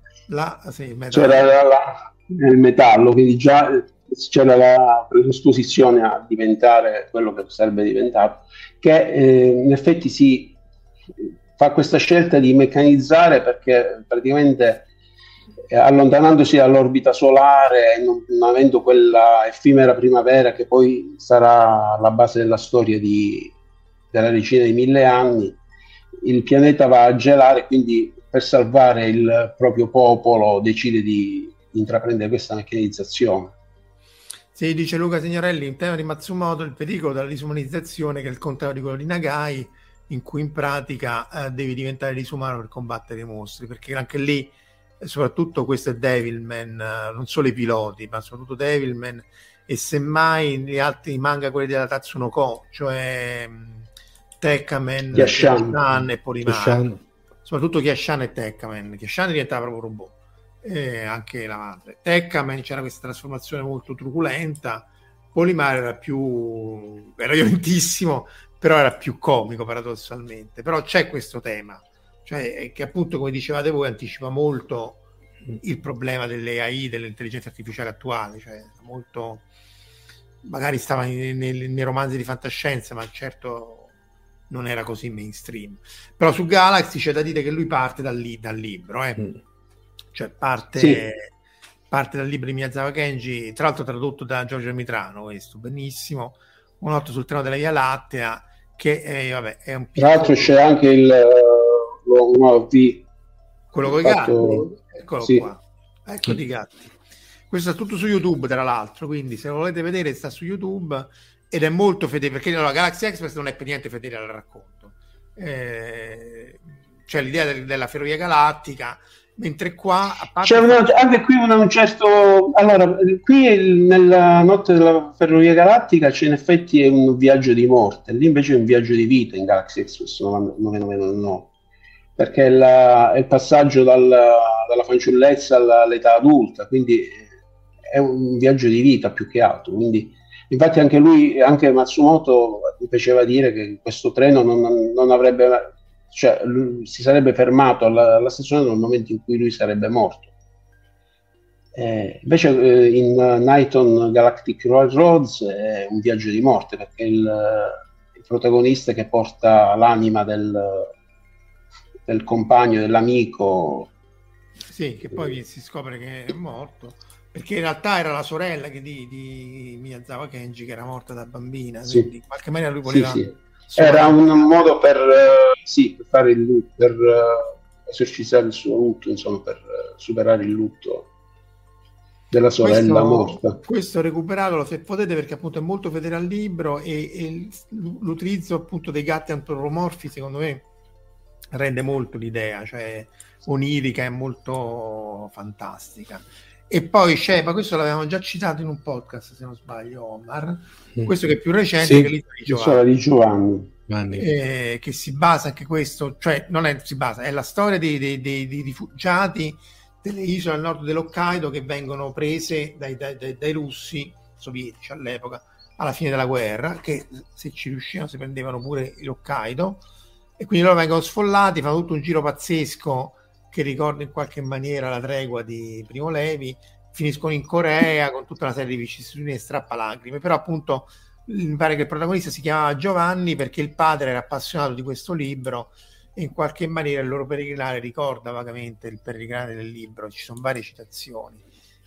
c'era il metallo, quindi già c'era la predisposizione a diventare quello che sarebbe diventato, che in effetti si fa questa scelta di meccanizzare perché praticamente allontanandosi dall'orbita solare e non avendo quella effimera primavera che poi sarà la base della storia della regina dei 1000 anni, il pianeta va a gelare, quindi per salvare il proprio popolo decide di intraprendere questa meccanizzazione. Sì, dice Luca Signorelli, in tema di Matsumoto il pericolo della disumanizzazione, che è il contrario di quello di Nagai, in cui in pratica devi diventare disumano per combattere i mostri, perché anche lì, soprattutto questo è Devilman, non solo i piloti, ma soprattutto Devilman, e semmai gli altri manga, quelli della Tatsunoko, cioè Tekkaman, Kyashan e Polimare, soprattutto Kyashan e Tekkaman. Kyashan diventava proprio robot, anche la madre. Tekkaman c'era questa trasformazione molto truculenta, Polimare era violentissimo, però era più comico paradossalmente. Però c'è questo tema, cioè che appunto, come dicevate voi, anticipa molto il problema delle AI, dell'intelligenza artificiale attuale, cioè molto, magari stava nei romanzi di fantascienza, ma certo non era così mainstream. Però su Galaxy c'è da dire che lui parte dal libro, cioè parte dal libro di Miyazawa Kenji, tra l'altro tradotto da Giorgio Mitrano, questo benissimo, Un notte sul treno della Via Lattea, che vabbè, è un tra l'altro c'è anche quello con i gatti, eccolo sì. qua, ecco di gatti. Questo è tutto su YouTube, tra l'altro, quindi se lo volete vedere sta su YouTube ed è molto fedele, perché Galaxy Express non è per niente fedele al racconto, cioè l'idea della ferrovia galattica, mentre qua c'è anche qui un certo, allora qui nella notte della ferrovia galattica c'è in effetti un viaggio di morte, lì invece è un viaggio di vita in Galaxy Express 999, perché è il passaggio dalla fanciullezza all'età adulta, quindi è un viaggio di vita più che altro. Quindi infatti anche Matsumoto mi faceva dire che questo treno non avrebbe, cioè si sarebbe fermato alla stazione nel momento in cui lui sarebbe morto. Invece in Night on Galactic Roads è un viaggio di morte, perché il protagonista che porta l'anima del compagno, dell'amico, sì, che poi si scopre che è morto, perché in realtà era la sorella di Miyazawa Kenji, che era morta da bambina, sì. Quindi in qualche maniera lui voleva... Sì. Era un modo per fare il lutto, per esorcizzare il suo lutto, insomma, per superare il lutto della sorella morta. Questo recuperatelo se potete, perché appunto è molto fedele al libro, e l'utilizzo appunto dei gatti antropomorfi secondo me rende molto l'idea, cioè onirica, è molto fantastica. E poi c'è, ma questo l'avevamo già citato in un podcast se non sbaglio, Omar, questo che è più recente, sì, che è di Giovanni. Che si basa anche questo, cioè non è si basa, è la storia dei rifugiati delle isole al nord dell'Hokkaido che vengono prese dai russi sovietici all'epoca, alla fine della guerra, che se ci riuscivano si prendevano pure l'Hokkaido, e quindi loro vengono sfollati, fanno tutto un giro pazzesco che ricorda in qualche maniera la tregua di Primo Levi, finiscono in Corea con tutta una serie di vicissitudini e strappalacrime. Però appunto mi pare che il protagonista si chiamava Giovanni perché il padre era appassionato di questo libro e in qualche maniera il loro peregrinare ricorda vagamente il peregrinare del libro. Ci sono varie citazioni,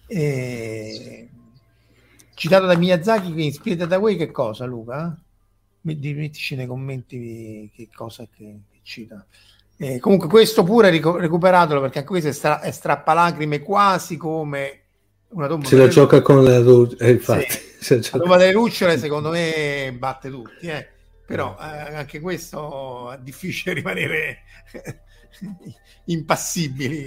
citato da Miyazaki in Spirited Away. Che cosa, Luca? Mettici nei commenti che cosa che cita. Comunque questo pure recuperatelo, perché anche questo è strappalacrime, quasi come una tomba. Se la gioca con la luce, infatti. Sì. La tomba delle lucciole secondo me batte tutti, però anche questo è difficile rimanere impassibili.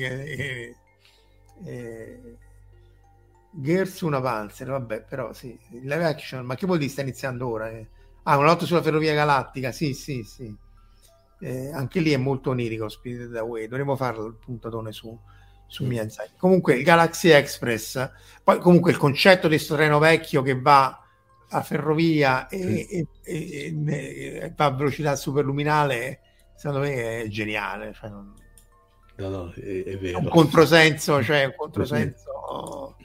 Girls una Panzer, vabbè, però sì, live action, ma che vuol dire sta iniziando ora? Una notte sulla ferrovia galattica, sì. Anche lì è molto onirico Spirited Away, dovremmo farlo il puntatone su Miyazaki. Comunque il Galaxy Express, poi comunque il concetto di questo treno vecchio che va a ferrovia e va a velocità superluminale, secondo me è geniale, cioè no, è vero. Un controsenso, cioè un controsenso.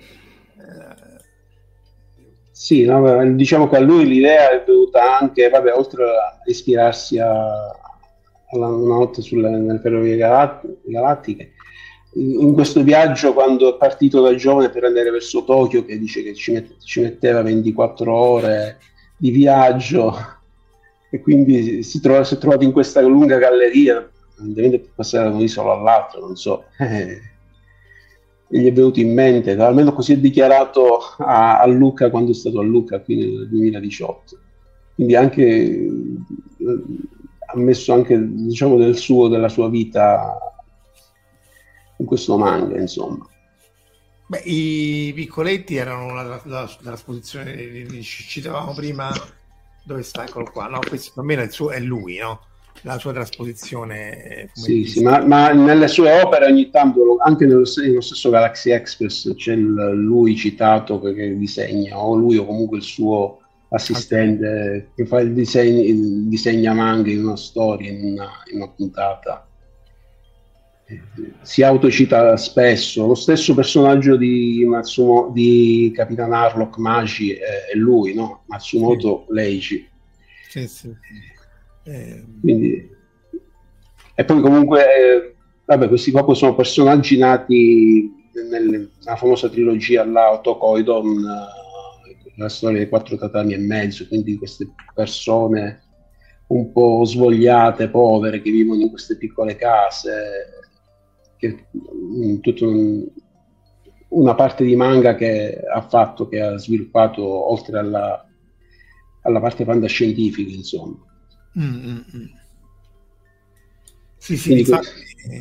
Sì, no, diciamo che a lui l'idea è venuta anche, oltre a ispirarsi alla notte nelle ferrovie galattiche, in questo viaggio, quando è partito da giovane per andare verso Tokyo, che dice che ci metteva 24 ore di viaggio, e quindi si è trovato in questa lunga galleria, evidentemente per passare da un'isola all'altra, non so, e gli è venuto in mente, almeno così è dichiarato a Lucca quando è stato a Lucca qui nel 2018, quindi anche ha messo anche, diciamo, della sua vita in questo manga, insomma. Beh, i piccoletti erano la trasposizione che citavamo prima, dove sta, eccolo qua, no? Questo almeno è lui, no? La sua trasposizione. Sì, ma nelle sue opere ogni tanto, anche nello stesso Galaxy Express, c'è lui citato che disegna, o lui o comunque il suo assistente che fa disegna manga in una storia, in una puntata. si autocita spesso. Lo stesso personaggio di Capitan Harlock Magi è lui, no? Matsumoto Leiji. Sì. Quindi, e poi comunque vabbè, questi qua poi sono personaggi nati nella famosa trilogia Otokoidon, la storia dei 4 tatami e mezzo, quindi queste persone un po' svogliate, povere, che vivono in queste piccole case, che tutta una parte di manga che ha sviluppato oltre alla parte fantascientifica, insomma. Sì, infatti,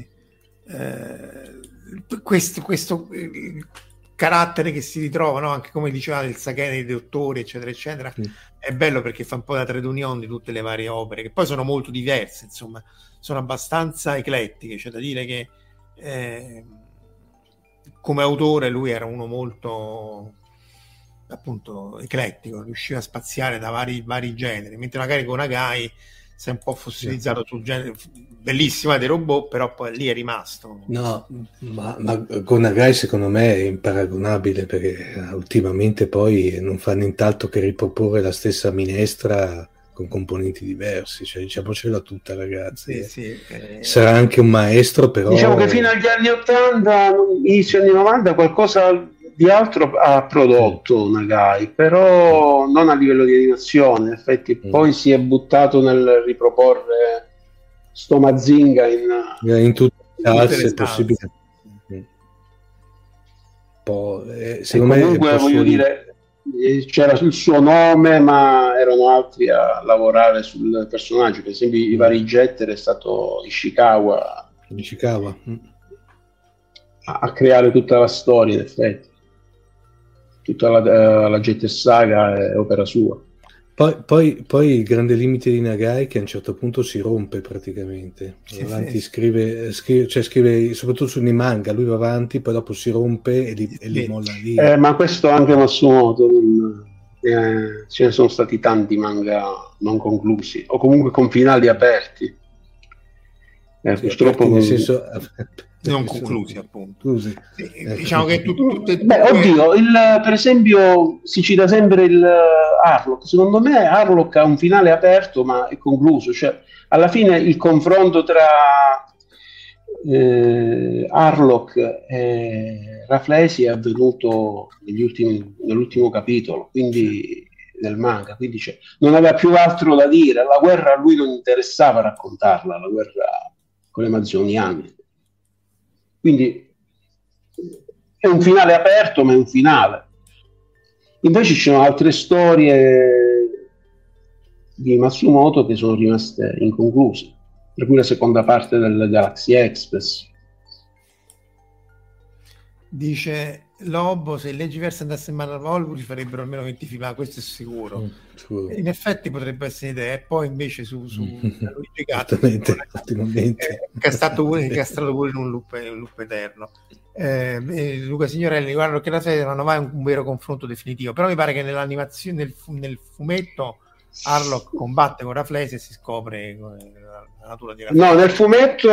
questo carattere che si ritrova, no? Anche come diceva il Sakene dei dottori, eccetera, eccetera, è bello perché fa un po' la trade union di tutte le varie opere, che poi sono molto diverse, insomma, sono abbastanza eclettiche. C'è da dire che come autore lui era uno molto, appunto, eclettico, riusciva a spaziare da vari generi, mentre magari con Nagai si è un po' fossilizzato sul genere. Bellissima dei robot, però poi lì è rimasto. No, ma con Nagai secondo me è imparagonabile, perché ultimamente poi non fa nient'altro che riproporre la stessa minestra con componenti diversi, cioè diciamocela tutta, ragazzi. Sarà anche un maestro, però diciamo che fino agli anni 80, inizio anni 90 qualcosa di altro ha prodotto Nagai, però non a livello di animazione, in effetti. Poi si è buttato nel riproporre sto Mazinga in tutte le salse possibili. Secondo me comunque voglio dire, c'era il suo nome, ma erano altri a lavorare sul personaggio. Per esempio Ivari Jetter è stato Ishikawa a creare tutta la storia, in effetti. Tutta la Jetter Saga è opera sua. Poi il grande limite di Nagai è che a un certo punto si rompe praticamente. Avanti scrive soprattutto sui manga, lui va avanti, poi dopo si rompe e li molla lì. Ma questo anche Matsumoto, ce ne sono stati tanti manga non conclusi, o comunque con finali aperti. Purtroppo nel senso non conclusi, appunto. Diciamo che tutte oddio, per esempio si cita sempre il Harlock. Secondo me Harlock ha un finale aperto ma è concluso, cioè alla fine il confronto tra Harlock e Raflesi è avvenuto nell'ultimo capitolo, quindi del manga, quindi non aveva più altro da dire. La guerra a lui non interessava raccontarla, la guerra con le Amazoniane. Quindi è un finale aperto, ma è un finale. Invece ci sono altre storie di Matsumoto che sono rimaste inconcluse, per cui la seconda parte del Galaxy Express. Dice Lobo, se leggi versi andasse in mano a Hollywood ci farebbero almeno 20 film, ma questo è sicuro. In effetti potrebbe essere un'idea. E poi invece su Luigi Gatto che è stato incastrato pure in un loop eterno. Luca Signorelli, guarda che la serie non ha mai un vero confronto definitivo, però mi pare che nell'animazione, nel fumetto Harlock combatte con Raflesi e si scopre la natura di Raflesi. No, nel fumetto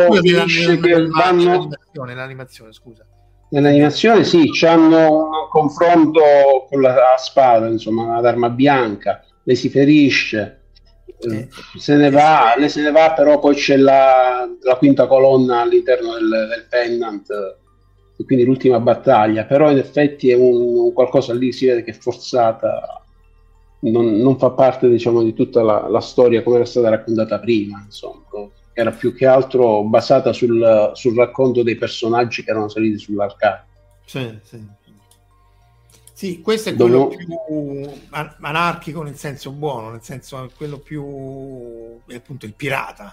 nell'animazione, scusa. Nell'animazione sì, c'hanno un confronto con la spada, insomma, ad arma bianca, le si ferisce, se ne va, però poi c'è la quinta colonna all'interno del Pennant, e quindi l'ultima battaglia. Però in effetti è un qualcosa lì, si vede che è forzata, non fa parte, diciamo, di tutta la storia come era stata raccontata prima, insomma. Era più che altro basata sul racconto dei personaggi che erano saliti sull'arcade. Sì, questo è quello più anarchico nel senso buono, nel senso quello più appunto il pirata.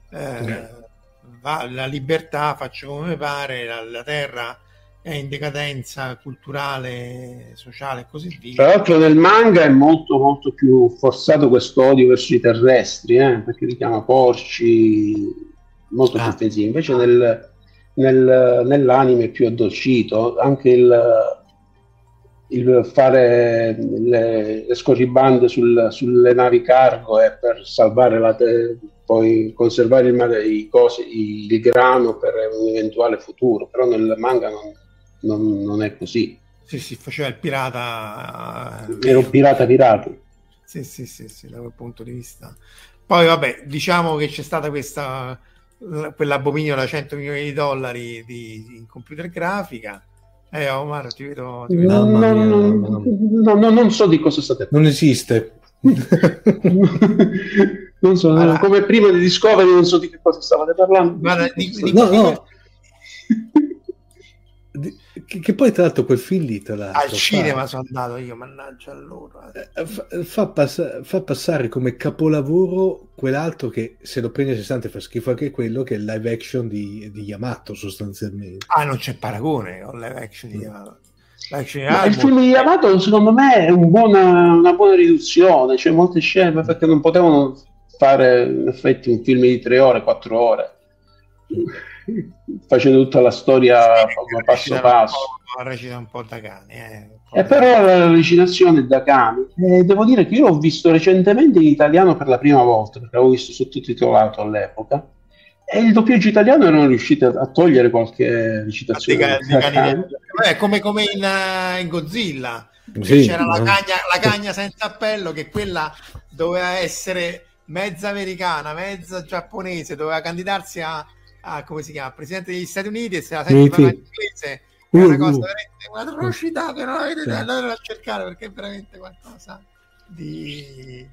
La libertà, faccio come mi pare, la terra è in decadenza culturale, sociale e così via. Tra l'altro nel manga è molto molto più forzato questo odio verso i terrestri, perché li chiama porci, molto più offensivo. Invece nell'anime è più addolcito, anche il fare le scorribande sulle navi cargo e per salvare poi conservare il grano per un eventuale futuro, però nel manga non è così. Sì, faceva il pirata. Era un pirata. Sì, da quel punto di vista. Poi vabbè, diciamo che c'è stata quell'abominio da $100 milioni in computer grafica. Omar, ti vedo... Non so di cosa state parlando. Non esiste. Non so, allora, come prima di Discovery non so di che cosa stavate parlando. Guarda, no. Che poi tra l'altro quel film lì al cinema sono andato io, mannaggia loro. Fa passare come capolavoro quell'altro che se lo prendi a 60 fa schifo anche quello, che è il live action di Yamato sostanzialmente. Non c'è paragone con live action di Yamato. Il film di Yamato secondo me è una buona riduzione, c'è molte scene perché non potevano fare in effetti un film di 3 ore, 4 ore facendo tutta la storia passo passo. Recita un po' da cane, però la recitazione è da cane. Devo dire che io l'ho visto recentemente in italiano per la prima volta, perché l'avevo visto sottotitolato all'epoca, e il doppiaggio italiano erano riusciti a togliere qualche recitazione come in Godzilla. Sì, c'era la cagna senza appello, che quella doveva essere mezza americana, mezza giapponese, doveva candidarsi a come si chiama, presidente degli Stati Uniti, e se la senti parlare inglese è una cosa veramente una atrocità che non avete andatela a cercare, perché è veramente qualcosa di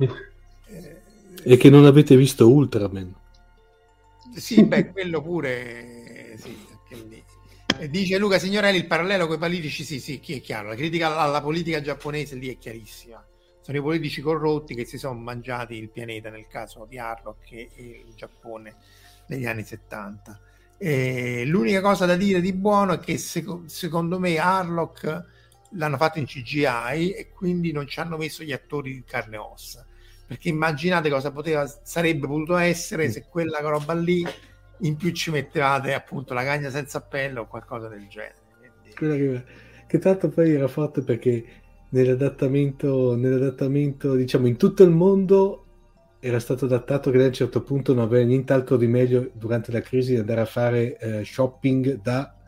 e che non avete visto Ultraman. Sì, quello pure sì, quindi. Dice Luca Signorelli, il parallelo con i politici, sì, chi è chiaro, la critica alla politica giapponese lì è chiarissima. Sono i politici corrotti che si sono mangiati il pianeta, nel caso di Harlock e il Giappone negli anni 70. L'unica cosa da dire di buono è che secondo me Harlock l'hanno fatto in CGI e quindi non ci hanno messo gli attori di carne e ossa, perché immaginate cosa sarebbe potuto essere se quella roba lì in più ci mettevate appunto la cagna senza appello o qualcosa del genere. Quindi... che tanto poi era forte, perché nell'adattamento diciamo in tutto il mondo era stato adattato che a un certo punto non aveva nient'altro di meglio durante la crisi di andare a fare shopping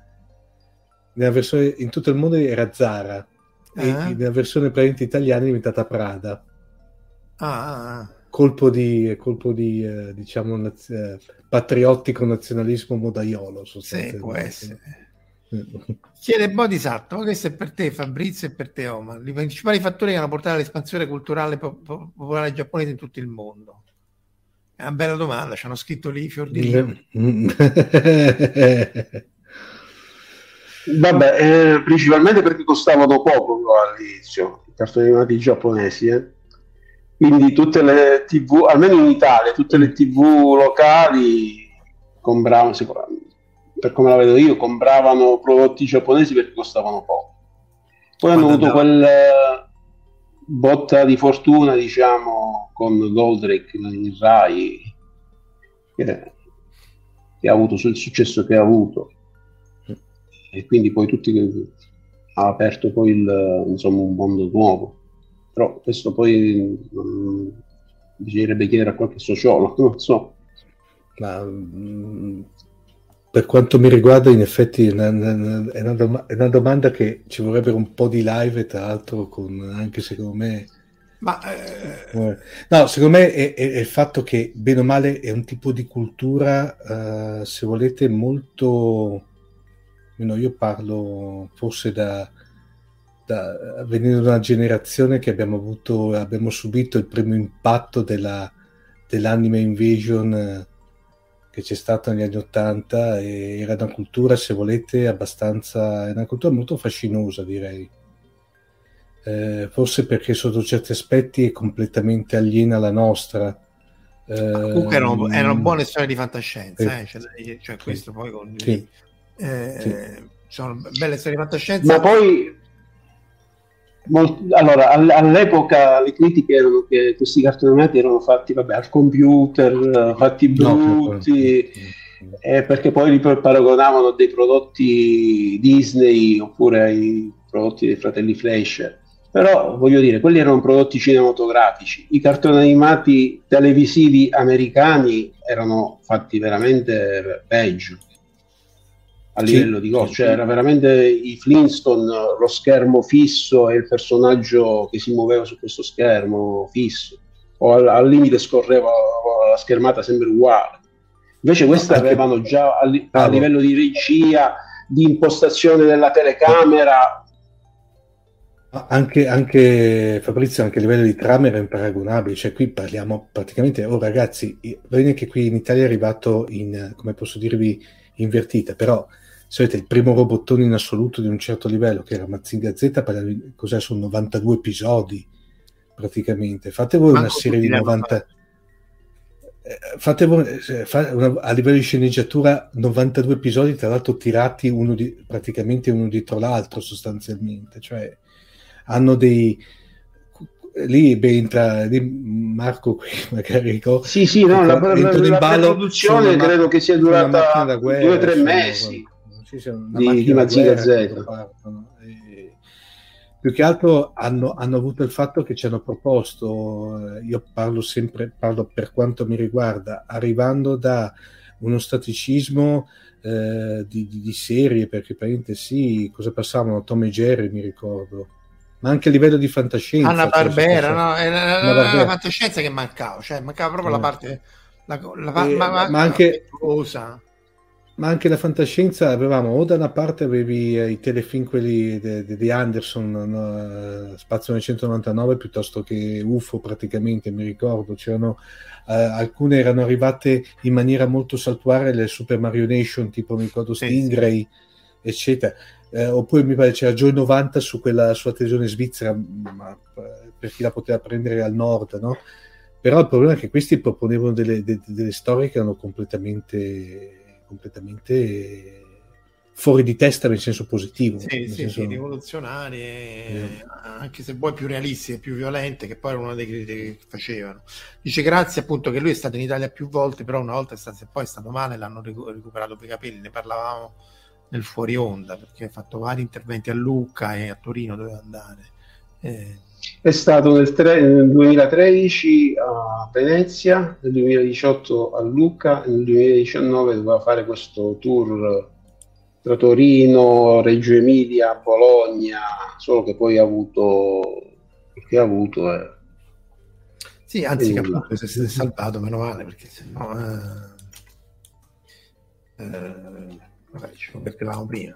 nella versione in tutto il mondo era Zara e nella versione praticamente italiana è diventata Prada. Colpo di diciamo patriottico nazionalismo modaiolo sostanzialmente. Sì, può essere. Chiede Bodhisattva, questo è per te Fabrizio e per te Omar, i principali fattori che hanno portato all'espansione culturale popolare giapponese in tutto il mondo. È una bella domanda, ci hanno scritto lì fior di libro. Vabbè, principalmente perché costavano poco all'inizio i cartoni animati giapponesi, quindi tutte le TV, almeno in Italia, tutte le TV locali compravano sicuramente, per come la vedo io, compravano prodotti giapponesi perché costavano poco. Poi hanno avuto quella botta di fortuna, diciamo, con Goldrake in Rai, che ha avuto il successo che ha avuto, e quindi poi ha aperto poi insomma un mondo nuovo. Però questo poi bisognerebbe chiedere a qualche sociologo, non so. Ma per quanto mi riguarda, in effetti è una domanda che ci vorrebbero un po' di live, tra l'altro, anche secondo me. No, secondo me è il fatto che bene o male è un tipo di cultura, se volete, molto. Io parlo forse venendo da una generazione che abbiamo subito il primo impatto dell'anime invasion che c'è stato negli anni 80, e era una cultura, se volete, è una cultura molto fascinosa, direi. Forse perché sotto certi aspetti è completamente aliena alla nostra. Comunque erano buone storie di fantascienza, cioè questo poi con sì. Sono belle storie di fantascienza. Ma poi allora all'epoca le critiche erano che questi cartoni animati erano fatti al computer, fatti brutti, perché poi li paragonavano a dei prodotti Disney oppure ai prodotti dei fratelli Fleischer, però voglio dire, quelli erano prodotti cinematografici. I cartoni animati televisivi americani erano fatti veramente peggio a livello di cose, cioè era veramente i Flintstone, lo schermo fisso e il personaggio che si muoveva su questo schermo fisso, o al limite scorreva la schermata sempre uguale. Invece queste avevano già a livello di regia, di impostazione della telecamera. Anche Fabrizio, anche a livello di trama era imparagonabile, cioè qui parliamo praticamente, ragazzi, vedete che qui in Italia è arrivato in, come posso dirvi, invertita, però sapete, il primo robottone in assoluto di un certo livello, che era Mazinga Z, cos'è, sono 92 episodi praticamente. Fate voi una serie di 90, fate voi a livello di sceneggiatura 92 episodi, tra l'altro tirati praticamente uno dietro l'altro sostanzialmente, cioè hanno dei lì entra Marco qui magari sì no, la produzione credo che sia durata 2 o 3 mesi di Mazinga Z. Più che altro hanno avuto il fatto che ci hanno proposto, io parlo per quanto mi riguarda, arrivando da uno staticismo di serie, perché praticamente sì, cosa passavano, Tom e Jerry mi ricordo, ma anche a livello di fantascienza. Anna Barbera, no? Era la fantascienza che mancava, cioè mancava proprio la parte ma anche ma anche la fantascienza avevamo, o da una parte avevi i telefilm quelli di Anderson, Spazio 999, piuttosto che UFO praticamente, mi ricordo, c'erano alcune erano arrivate in maniera molto saltuaria, le Super Mario Nation, tipo mi ricordo Stingray, eccetera. Oppure mi pare c'era Joy 90 sulla televisione svizzera, ma per chi la poteva prendere al nord, no? Però il problema è che questi proponevano delle storie che erano completamente fuori di testa nel senso positivo, sì, rivoluzionarie, anche se poi più realistiche, più violente, che poi era una delle critiche che facevano. Dice grazie appunto che lui è stato in Italia più volte, però una volta poi è stato male, l'hanno recuperato per i capelli, ne parlavamo nel fuori onda, perché ha fatto vari interventi a Lucca e a Torino doveva andare. È stato nel 2013 a Venezia, nel 2018 a Lucca, e nel 2019 doveva fare questo tour tra Torino, Reggio Emilia, Bologna, solo che poi ha avuto sì, anzi che appunto si è salvato, meno male, perché sennò vabbè, ci convertivamo prima.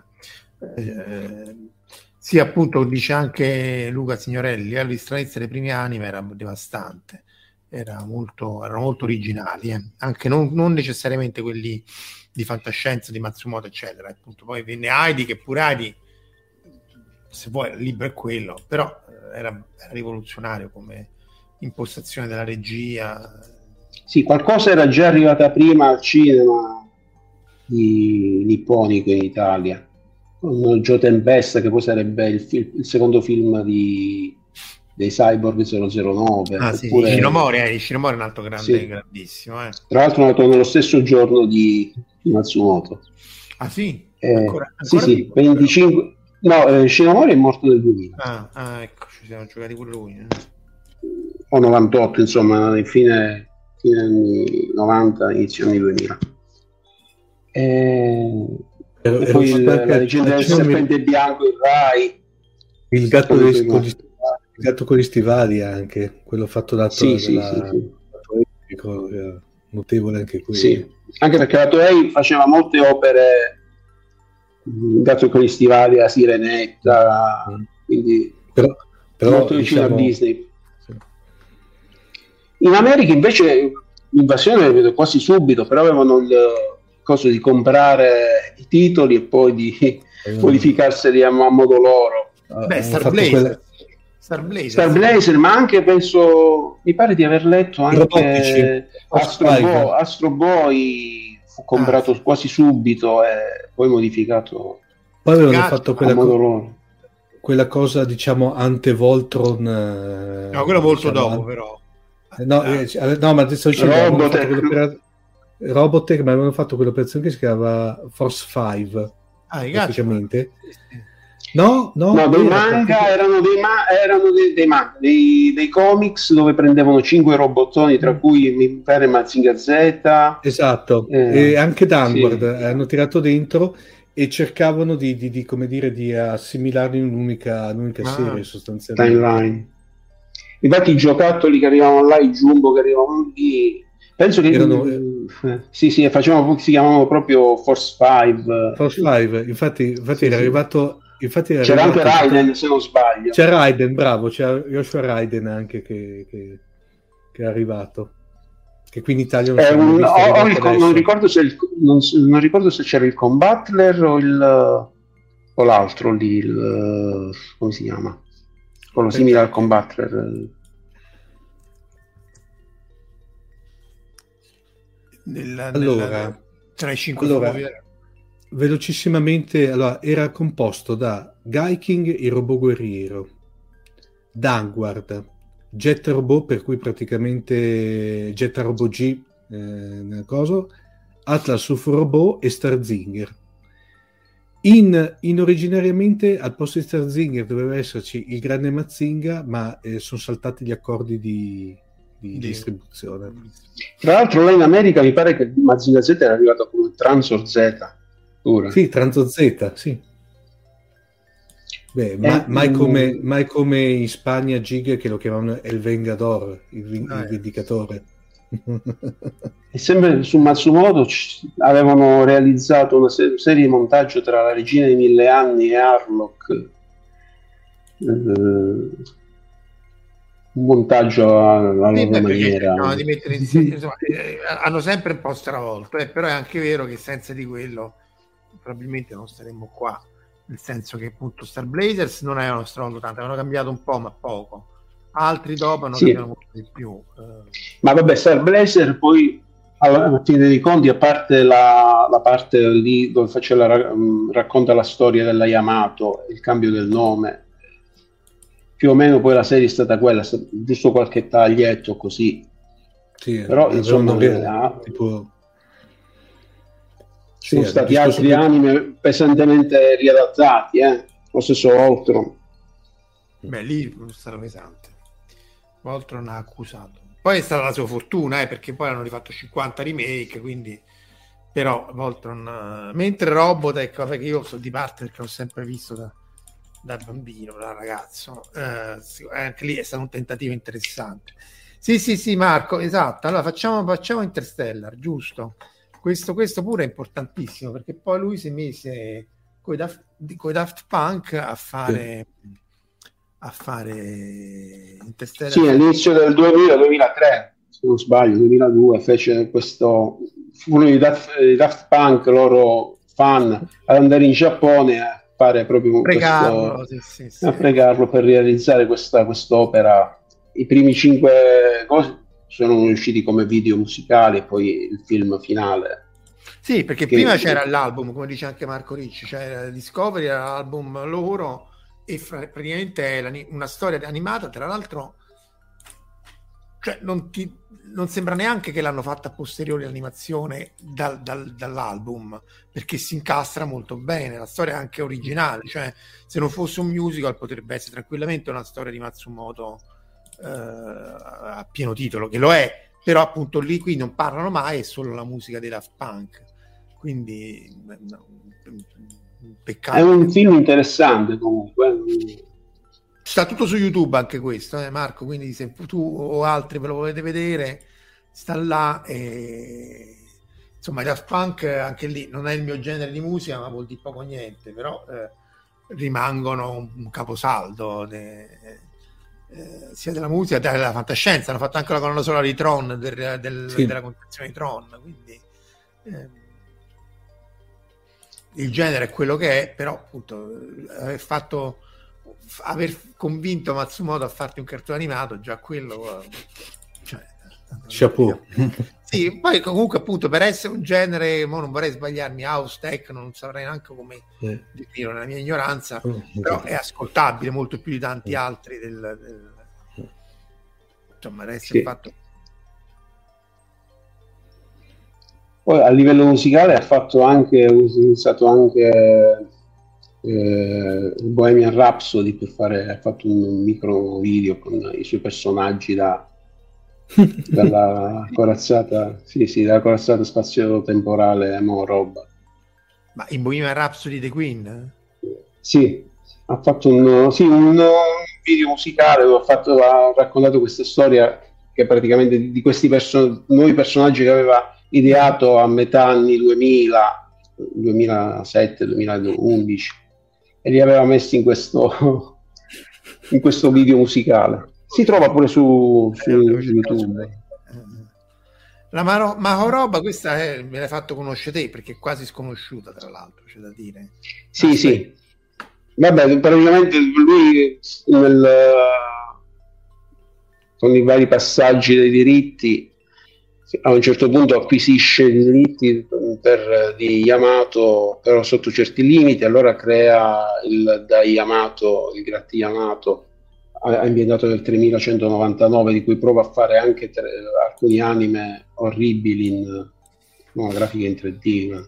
Sì, appunto, dice anche Luca Signorelli, la stranezza dei primi anni era devastante, erano molto originali, anche non necessariamente quelli di fantascienza di Matsumoto eccetera, appunto. Poi venne Heidi, che pure Heidi, se vuoi il libro è quello, però era rivoluzionario come impostazione della regia. Sì, qualcosa era già arrivata prima al cinema di nipponico in Italia, con Joe Tempesta, che poi sarebbe il secondo film dei Cyborg 009. Oppure... Shinomori è un altro grande, grandissimo. Tra l'altro è nato nello stesso giorno di Matsumoto. Ah sì? Ancora sì, 25... No, Shinomori è morto nel 2000. Ecco, ci siamo giocati pure lui. O 98, insomma, fine anni 90, inizio anni 2000. E poi la leggenda del serpente bianco, il Rai, il gatto con gli stivali, anche quello fatto da notevole anche quello. Sì, anche perché la Toei faceva molte opere, il gatto con gli stivali, la Sirenetta, quindi però molto vicino a Disney. Sì. In America invece l'invasione è venuta quasi subito, però avevano il coso di comprare i titoli e poi di modificarseli a modo loro. Star Blazer, ma anche penso, mi pare di aver letto anche Astro Boy fu comprato quasi subito e poi modificato. Poi avevano fatto quella cosa, diciamo, ante Voltron. No, quello molto dopo, però. No, ma adesso Robotech, ma avevano fatto quell'operazione che si chiamava Force 5, praticamente. No, dei manga erano dei comics dove prendevano 5 robottoni, tra cui mi pare Mazinger Z. Esatto, e anche Downward sì. hanno tirato dentro e cercavano di come dire, di assimilarli in un'unica serie sostanzialmente. Timeline. Infatti i giocattoli che arrivavano là, i Jumbo che arrivavano lì, penso che si chiamavano proprio Force 5. Infatti era arrivato. C'era anche Raiden, se non sbaglio. C'è Raiden, bravo, c'era Joshua Raiden anche che è arrivato. Che qui in Italia non ricordo se c'era il Combattler o l'altro lì, come si chiama? Quello simile al Combattler. Tra i 5 velocissimamente, era composto da Gaiking, il robot guerriero, Downward, Jet Robot, per cui praticamente Jet Robot G, nel coso, Atlas UFO Robot e Starzinger. In originariamente al posto di Starzinger doveva esserci il grande Mazinga, ma sono saltati gli accordi di distribuzione. Tra l'altro là in America mi pare che Mazinga Z era arrivato come Transor Z. Sì, Tranzo Z, sì. Beh, mai come in Spagna Giga, che lo chiamavano El Vengador, il vendicatore. E sempre su Matsumoto avevano realizzato una serie di montaggio tra La Regina dei Mille Anni e Harlock, un montaggio alla loro maniera. Di mettere insieme, insomma, hanno sempre un po' stravolto, però è anche vero che senza di quello probabilmente non staremmo qua, nel senso che appunto Star Blazers non avevano stravolto tanto, avevano cambiato un po' ma poco, altri dopo hanno cambiato molto di più. Ma vabbè, Star Blazer poi alla fine dei conti, a parte la parte lì dove racconta la storia della Yamato, il cambio del nome, più o meno poi la serie è stata quella, giusto qualche taglietto così, sì, però insomma tipo sono stati altri anime pesantemente riadattati, lo stesso Voltron. Beh, lì è stato pesante. Voltron ha accusato. Poi è stata la sua fortuna, perché poi hanno rifatto 50 remake, quindi però Voltron, mentre Robotech, vabbè, che io sono di parte perché l'ho sempre visto da bambino, da ragazzo, anche lì è stato un tentativo interessante. Sì, Marco, esatto. Allora facciamo Interstellar, giusto? Questo pure è importantissimo, perché poi lui si è mise coi Daft Punk a fare Interstellar. Sì, all'inizio del 2003, se non sbaglio, 2002, fece questo, uno di Daft Punk, loro fan, ad andare in Giappone a fare proprio pregarlo per realizzare quest'opera. I primi 5 cose sono usciti come video musicali e poi il film finale. Sì, perché prima c'era l'album, come dice anche Marco Ricci, c'era Discovery, era l'album loro, e praticamente è una storia animata, tra l'altro, cioè non sembra neanche che l'hanno fatta a posteriori l'animazione dall'album, perché si incastra molto bene, la storia è anche originale, cioè se non fosse un musical potrebbe essere tranquillamente una storia di Matsumoto a pieno titolo, che lo è, però appunto qui non parlano mai, è solo la musica dei Daft Punk, quindi peccato. È un film interessante comunque, sta tutto su YouTube anche questo, Marco, quindi se tu o altri ve lo volete vedere sta là, insomma i Daft Punk anche lì non è il mio genere di musica, ma vuol dire poco niente, però rimangono un caposaldo sia della musica che della fantascienza. Hanno fatto anche la colonna sonora di Tron, della concezione di Tron, quindi il genere è quello che è, però appunto aver convinto Matsumoto a farti un cartone animato, già quello, chapeau. Sì, poi comunque appunto per essere un genere, non vorrei sbagliarmi, house techno, non saprei neanche come definire nella mia ignoranza, però è ascoltabile molto più di tanti altri insomma deve essere fatto. Poi a livello musicale ha usato anche Bohemian Rhapsody ha fatto un micro video con i suoi personaggi dalla corazzata, dalla corazzata spazio-temporale Mo' Roba. Ma in Bohemian Rhapsody The Queen? Sì, ha fatto un video musicale dove ha raccontato questa storia che praticamente di questi nuovi personaggi che aveva ideato a metà anni 2000, 2007, 2011 e li aveva messi in questo video musicale. Si trova pure su YouTube. La Mahoroba, questa me l'hai fatto conoscere te, perché è quasi sconosciuta, tra l'altro, c'è da dire. Sì. Vabbè, praticamente lui con i vari passaggi dei diritti a un certo punto acquisisce i diritti di Yamato, però sotto certi limiti, allora crea il Gratta Yamato, ambientato nel 3199, di cui prova a fare anche alcuni anime orribili in una grafica in 3D.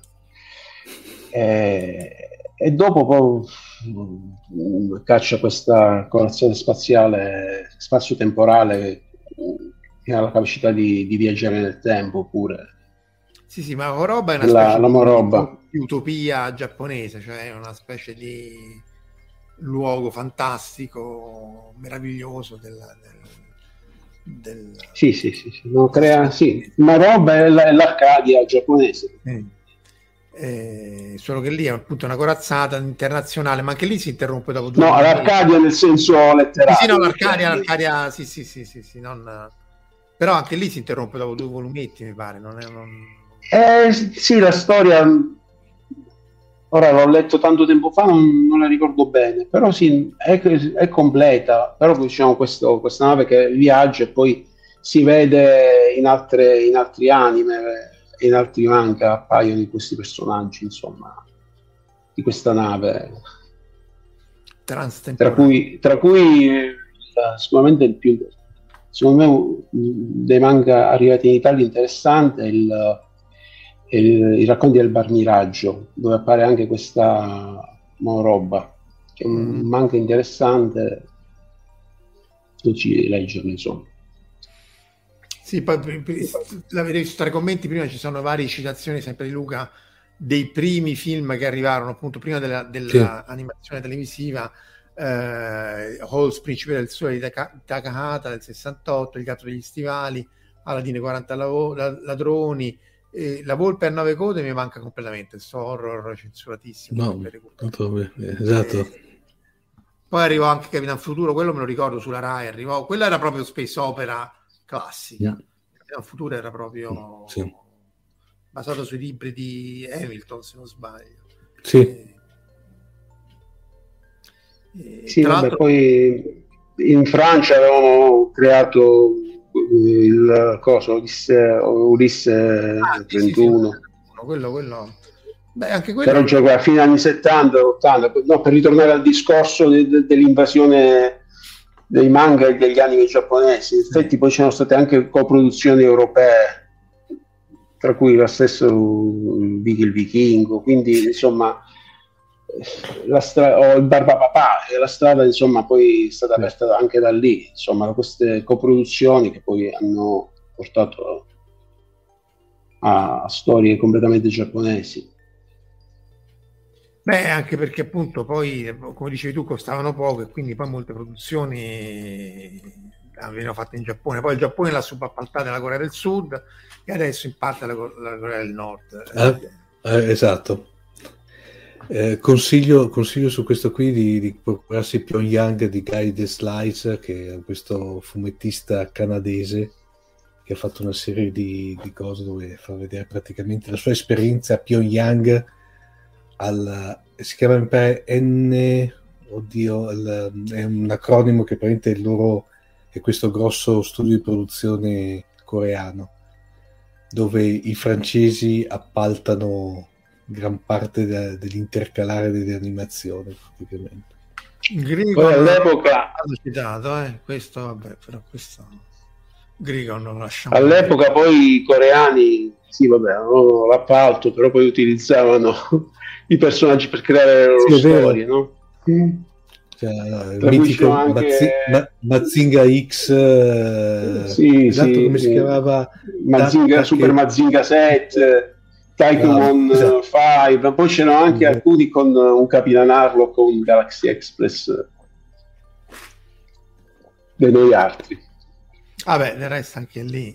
E dopo poi caccia questa colazione spaziale, spazio-temporale, che ha la capacità di viaggiare nel tempo pure. Sì, ma Mahoroba è una specie di utopia giapponese, cioè una specie di luogo fantastico, meraviglioso Sì. No, Mahoroba è l'Arcadia giapponese. Solo che lì è appunto una corazzata internazionale, ma anche lì si interrompe dopo 2 No, l'Arcadia nel senso letterale. Sì, no, l'Arcadia, sì, non... Però anche lì si interrompe dopo 2 volumetti, mi pare. Sì, la storia ora l'ho letto tanto tempo fa, non la ricordo bene, però sì, è completa. Però diciamo questa nave che viaggia e poi si vede in altri anime, in altri manga appaiono di questi personaggi, insomma, di questa nave, tra cui sicuramente il più, secondo me, dei manga arrivati in Italia interessante è i racconti del Bar Miraggio, dove appare anche questa Mahoroba, che è un manga interessante, ci leggerlo, insomma. Sì, poi l'avete visto tra i commenti prima, ci sono varie citazioni sempre di Luca dei primi film che arrivarono appunto prima della animazione televisiva, Halls, Principe del Sole di Takahata del 68, Il gatto degli stivali, Aladine 40 ladroni, La volpe a 9 code mi manca completamente, questo horror censuratissimo. No, esatto. Poi arrivò anche Capitan Futuro, quello me lo ricordo sulla Rai, quella era proprio space opera classica. Capitan Futuro era proprio basato sui libri di Hamilton, se non sbaglio. Sì, vabbè, poi in Francia avevano creato il Ulisse 31. Quello. Beh, anche quello. Però gioca a fine anni 70, 80. No, per ritornare al discorso dell'invasione dei manga e degli anime giapponesi, in effetti poi c'erano state anche coproduzioni europee, tra cui la stessa il Vichingo, quindi insomma o il Barbapapà, e la strada insomma poi è stata aperta anche da lì, insomma, da queste coproduzioni che poi hanno portato a storie completamente giapponesi. Beh, anche perché appunto poi, come dicevi tu, costavano poco e quindi poi molte produzioni venivano fatte in Giappone. Poi il Giappone l'ha subappaltata alla Corea del Sud e adesso in parte la Corea del Nord. Esatto. Consiglio su questo qui di procurarsi Pyongyang di Guy Deslice, che è questo fumettista canadese che ha fatto una serie di cose dove fa vedere praticamente la sua esperienza a Pyongyang. Si chiama è un acronimo che praticamente è questo grosso studio di produzione coreano dove i francesi appaltano gran parte dell'intercalare delle animazioni praticamente. Poi all'epoca hanno citato questo, vabbè, però questo Grigon non lasciamo all'epoca poi i coreani sì vabbè avevano l'appalto, però poi utilizzavano i personaggi per creare le loro storie, no? Cioè, il mitico anche... Mazinga X, sì, come si chiamava? Super Mazinga 7, Tycoon 5, poi c'erano anche alcuni con un Capitan Harlock con un Galaxy Express dei noi altri. Vabbè, del resto anche lì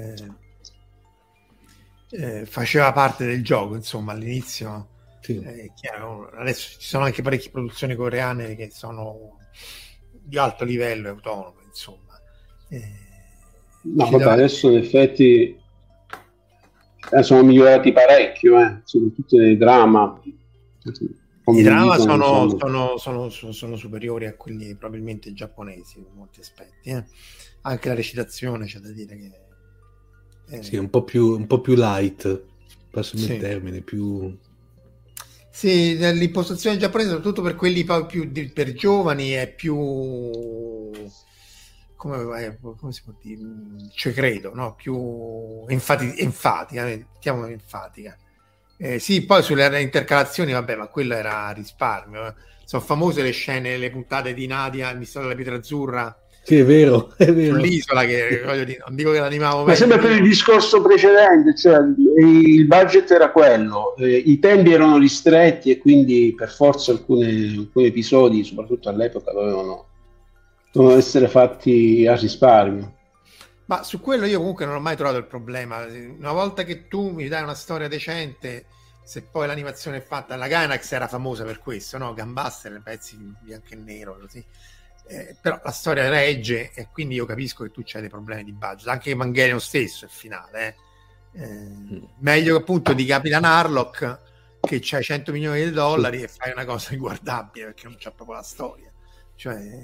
faceva parte del gioco, insomma, all'inizio. Sì. Chiaro, adesso ci sono anche parecchie produzioni coreane che sono di alto livello e autonome, insomma. No, vabbè, adesso in effetti sono migliorati parecchio, soprattutto nei drama. I drama sono superiori a quelli probabilmente giapponesi in molti aspetti. Anche la recitazione c'è da dire che sì, un po' più light, passami il termine, più... Sì, l'impostazione giapponese, soprattutto per quelli più per giovani, è più come si può dire? Cioè, credo, no? Più enfatica, mettiamola enfatica. Sì, poi sulle intercalazioni, vabbè, ma quello era risparmio. Sono famose le scene, le puntate di Nadia, il mistero della pietra azzurra. Sì, è vero. Sull'isola, che voglio dire, non dico che l'animavo ma sempre per il discorso precedente, cioè il budget era quello, i tempi erano ristretti e quindi per forza alcuni episodi, soprattutto all'epoca, dovevano essere fatti a risparmio. Ma su quello io comunque non ho mai trovato il problema. Una volta che tu mi dai una storia decente, se poi l'animazione è fatta, la Gainax era famosa per questo, no? Gambuster, pezzi bianco e nero, così. Però la storia regge e quindi io capisco che tu c'hai dei problemi di budget, anche Evangelion stesso è finale, meglio che appunto di Capitan Harlock che c'hai 100 milioni di dollari e fai una cosa inguardabile perché non c'è proprio la storia, cioè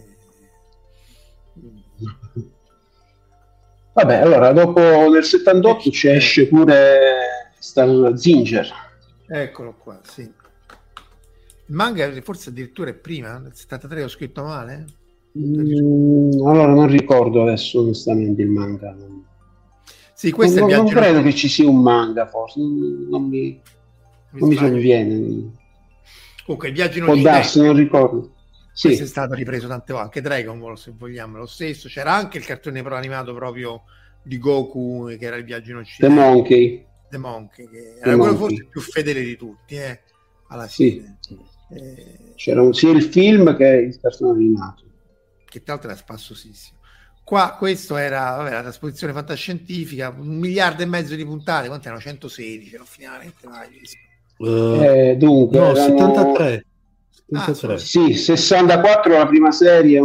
vabbè, allora dopo nel 78 ci esce pure Star Zinger, eccolo qua, sì, il manga forse addirittura è prima, nel 73 ho scritto male? Allora non ricordo adesso onestamente il manga. Sì, questo non, è il viaggio. Non credo che ci sia un manga, forse non mi sovviene. Comunque il viaggio in Può darsi, non ricordo. Sì. Questo è stato ripreso tante volte, anche Dragon Ball se vogliamo, lo stesso. C'era anche il cartone animato proprio di Goku che era il viaggio in Occidente. The Monkey che era quello forse più fedele di tutti, alla fine. Sì. C'era sia il film che il cartone animato, che tra l'altro era spassosissimo. Qua questo era la trasposizione fantascientifica, 1,5 miliardi di puntate, quante erano? 116, non finalmente mai visto. Dunque no, 73. Sì, 64 la prima serie,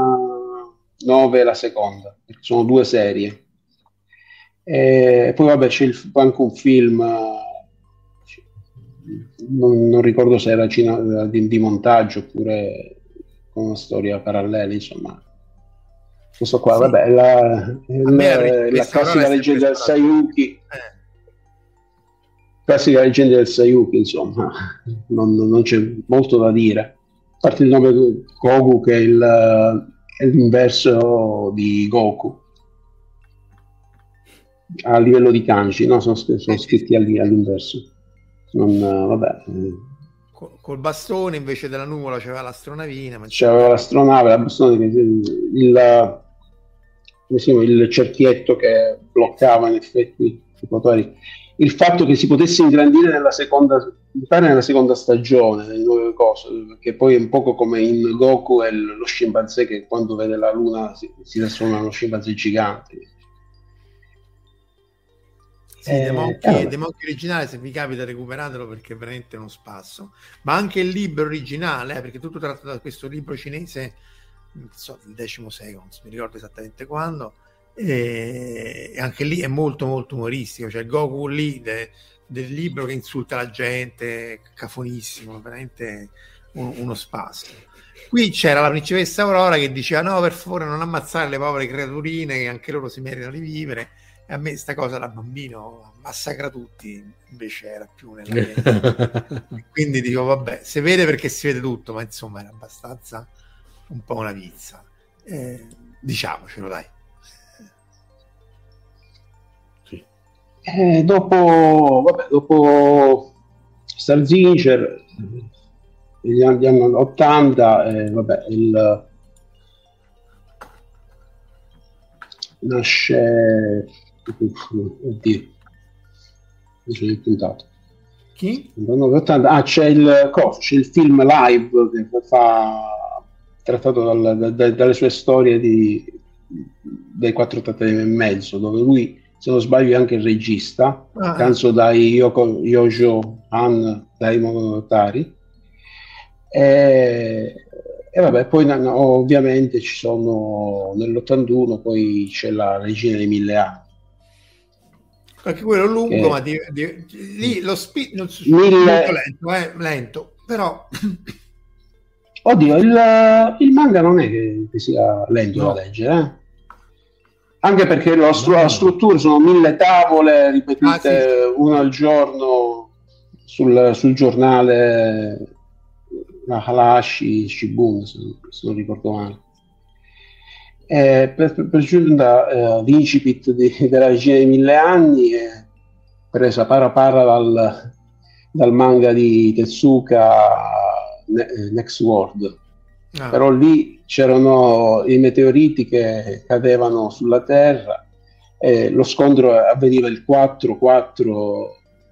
9 la seconda, sono 2 serie. Poi vabbè c'è anche un film, non ricordo se era di montaggio oppure con una storia parallela, insomma. Questo qua, vabbè, la classica leggenda del Sayuki. Classica leggenda del Sayuki, insomma, non c'è molto da dire. A parte il nome Goku, che è l'inverso di Goku. A livello di kanji, no? Sono scritti all'inverso. Vabbè. Col bastone invece della nuvola c'aveva l'astronavina. C'aveva l'astronave, la bastone, il cerchietto che bloccava in effetti i motori. Il fatto che si potesse ingrandire nella seconda stagione, nelle nuove cose, che poi è un poco come in Goku e lo scimpanzé che quando vede la luna si trasforma in uno scimpanzé gigante. Sì, The Monkey originale, se vi capita recuperatelo perché è veramente uno spasso, ma anche il libro originale, perché tutto tratto da questo libro cinese, non so, il X secolo, non mi ricordo esattamente quando, e anche lì è molto molto umoristico, cioè il Goku lì del libro che insulta la gente, cafonissimo, veramente uno spasso. Qui c'era la principessa Aurora che diceva no, per favore non ammazzare le povere creaturine che anche loro si meritano di vivere. E a me sta cosa da bambino massacra tutti, invece era più nella mia. Quindi dico vabbè, si vede perché si vede tutto, ma insomma era abbastanza un po' una pizza, diciamocelo, dai. Dopo Starzinger, negli anni 80, nasce... Oddio, mi sono impuntato. Chi? C'è il film Live che fa trattato dalle sue storie dei 4 tatami e mezzo, dove lui, se non sbaglio, è anche il regista, canzo dai Yojo Han, dai Monogatari. E poi ovviamente ci sono nell'81, poi c'è La Regina dei 1000 anni. Anche quello lungo, ma lì lo speed molto lento, però oddio, il manga non è che sia lento da leggere, anche perché la struttura sono 1000 tavole ripetute una al giorno sul giornale Halashi Shibun, se non ricordo male. Per giunta l'incipit della Regina dei 1000 anni è presa para dal manga di Tezuka Next World, però lì c'erano i meteoriti che cadevano sulla Terra e lo scontro avveniva il 4-4